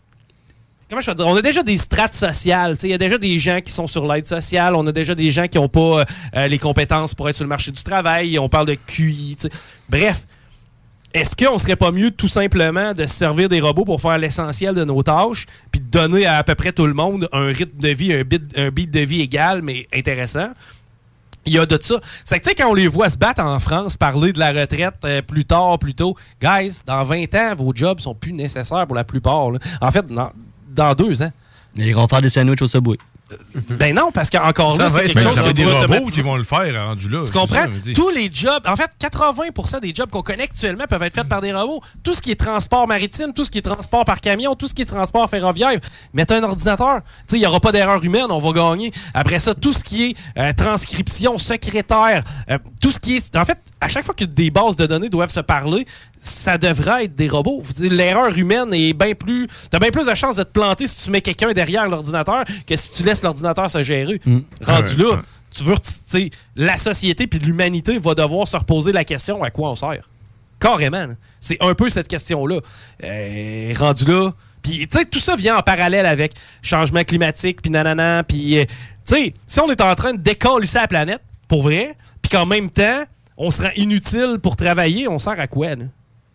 Comment je peux dire? On a déjà des strates sociales. Il y a déjà des gens qui sont sur l'aide sociale. On a déjà des gens qui n'ont pas les compétences pour être sur le marché du travail. On parle de QI. T'sais. Bref, est-ce qu'on ne serait pas mieux tout simplement de se servir des robots pour faire l'essentiel de nos tâches puis de donner à peu près tout le monde un rythme de vie, un beat de vie égal mais intéressant? Il y a de ça. C'est que, tu sais, quand on les voit se battre en France, parler de la retraite plus tôt, guys, dans 20 ans, vos jobs sont plus nécessaires pour la plupart. Là. En fait, dans 2 ans. Ils vont faire des sandwichs au Subway. Ben non, parce qu'encore là, c'est quelque chose... Ça va être des robots qui vont le faire rendu là. Tu comprends? Tous les jobs... En fait, 80% des jobs qu'on connaît actuellement peuvent être faits par des robots. Tout ce qui est transport maritime, tout ce qui est transport par camion, tout ce qui est transport ferroviaire, mettez un ordinateur. Tu sais, il n'y aura pas d'erreur humaine, on va gagner. Après ça, tout ce qui est transcription, secrétaire, tout ce qui est... En fait, à chaque fois que des bases de données doivent se parler, ça devrait être des robots. L'erreur humaine est bien plus... T'as bien plus de chances de te planter si tu mets quelqu'un derrière l'ordinateur que si tu laisses l'ordinateur se gérer. Rendu là, tu veux, la société puis l'humanité va devoir se reposer la question à quoi on sert. Carrément. Là. C'est un peu cette question-là. Rendu là. Puis, tu sais, tout ça vient en parallèle avec changement climatique, puis nanana, puis, tu sais, si on est en train de décalisser la planète, pour vrai, puis qu'en même temps, on se rend inutile pour travailler, on sert à quoi, là?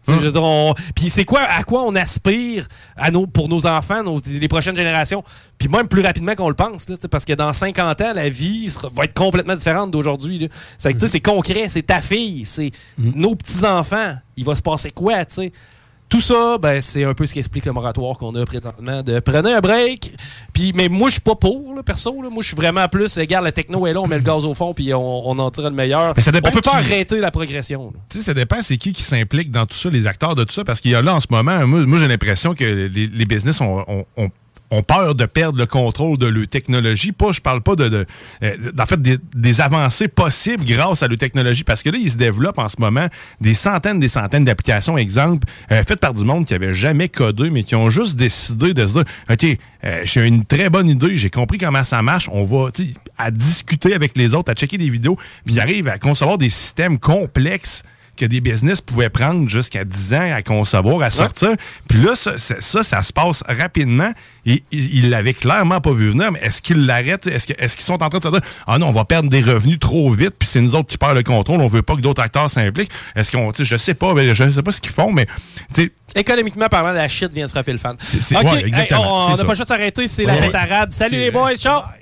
Puis c'est quoi, à quoi on aspire pour nos enfants, les prochaines générations, puis même plus rapidement qu'on le pense, là, parce que dans 50 ans, la vie va être complètement différente d'aujourd'hui. C'est concret, c'est ta fille, c'est nos petits-enfants. Il va se passer quoi, tu sais? Tout ça, ben, c'est un peu ce qui explique le moratoire qu'on a présentement de prenez un break. Mais moi, je suis pas pour, là, perso. Là. Moi, je suis vraiment plus, regarde, la techno est là, on met le gaz au fond, puis on en tire le meilleur. On peut pas arrêter la progression. Tu sais, ça dépend c'est qui s'implique dans tout ça, les acteurs de tout ça, parce qu'il y a là, en ce moment, moi j'ai l'impression que les business ont peur de perdre le contrôle de leur technologie. Je parle pas en fait, des avancées possibles grâce à leur technologie, parce que là, ils se développent en ce moment des centaines d'applications, exemple, faites par du monde qui n'avait jamais codé, mais qui ont juste décidé de se dire, OK, j'ai une très bonne idée, j'ai compris comment ça marche, on va à discuter avec les autres, à checker des vidéos, puis ils arrivent à concevoir des systèmes complexes que des business pouvaient prendre jusqu'à 10 ans à concevoir, à sortir. Puis là, ça se passe rapidement. Et ils l'avaient clairement pas vu venir, mais est-ce qu'ils l'arrêtent? Est-ce qu'ils sont en train de se dire « Ah non, on va perdre des revenus trop vite, puis c'est nous autres qui perdent le contrôle, on veut pas que d'autres acteurs s'impliquent. » Est-ce qu'on... Je sais pas ce qu'ils font, mais... Économiquement parlant, la shit vient de frapper le fan. OK, exactement. On n'a pas le choix de s'arrêter, c'est la pétarade. Salut les boys, ciao!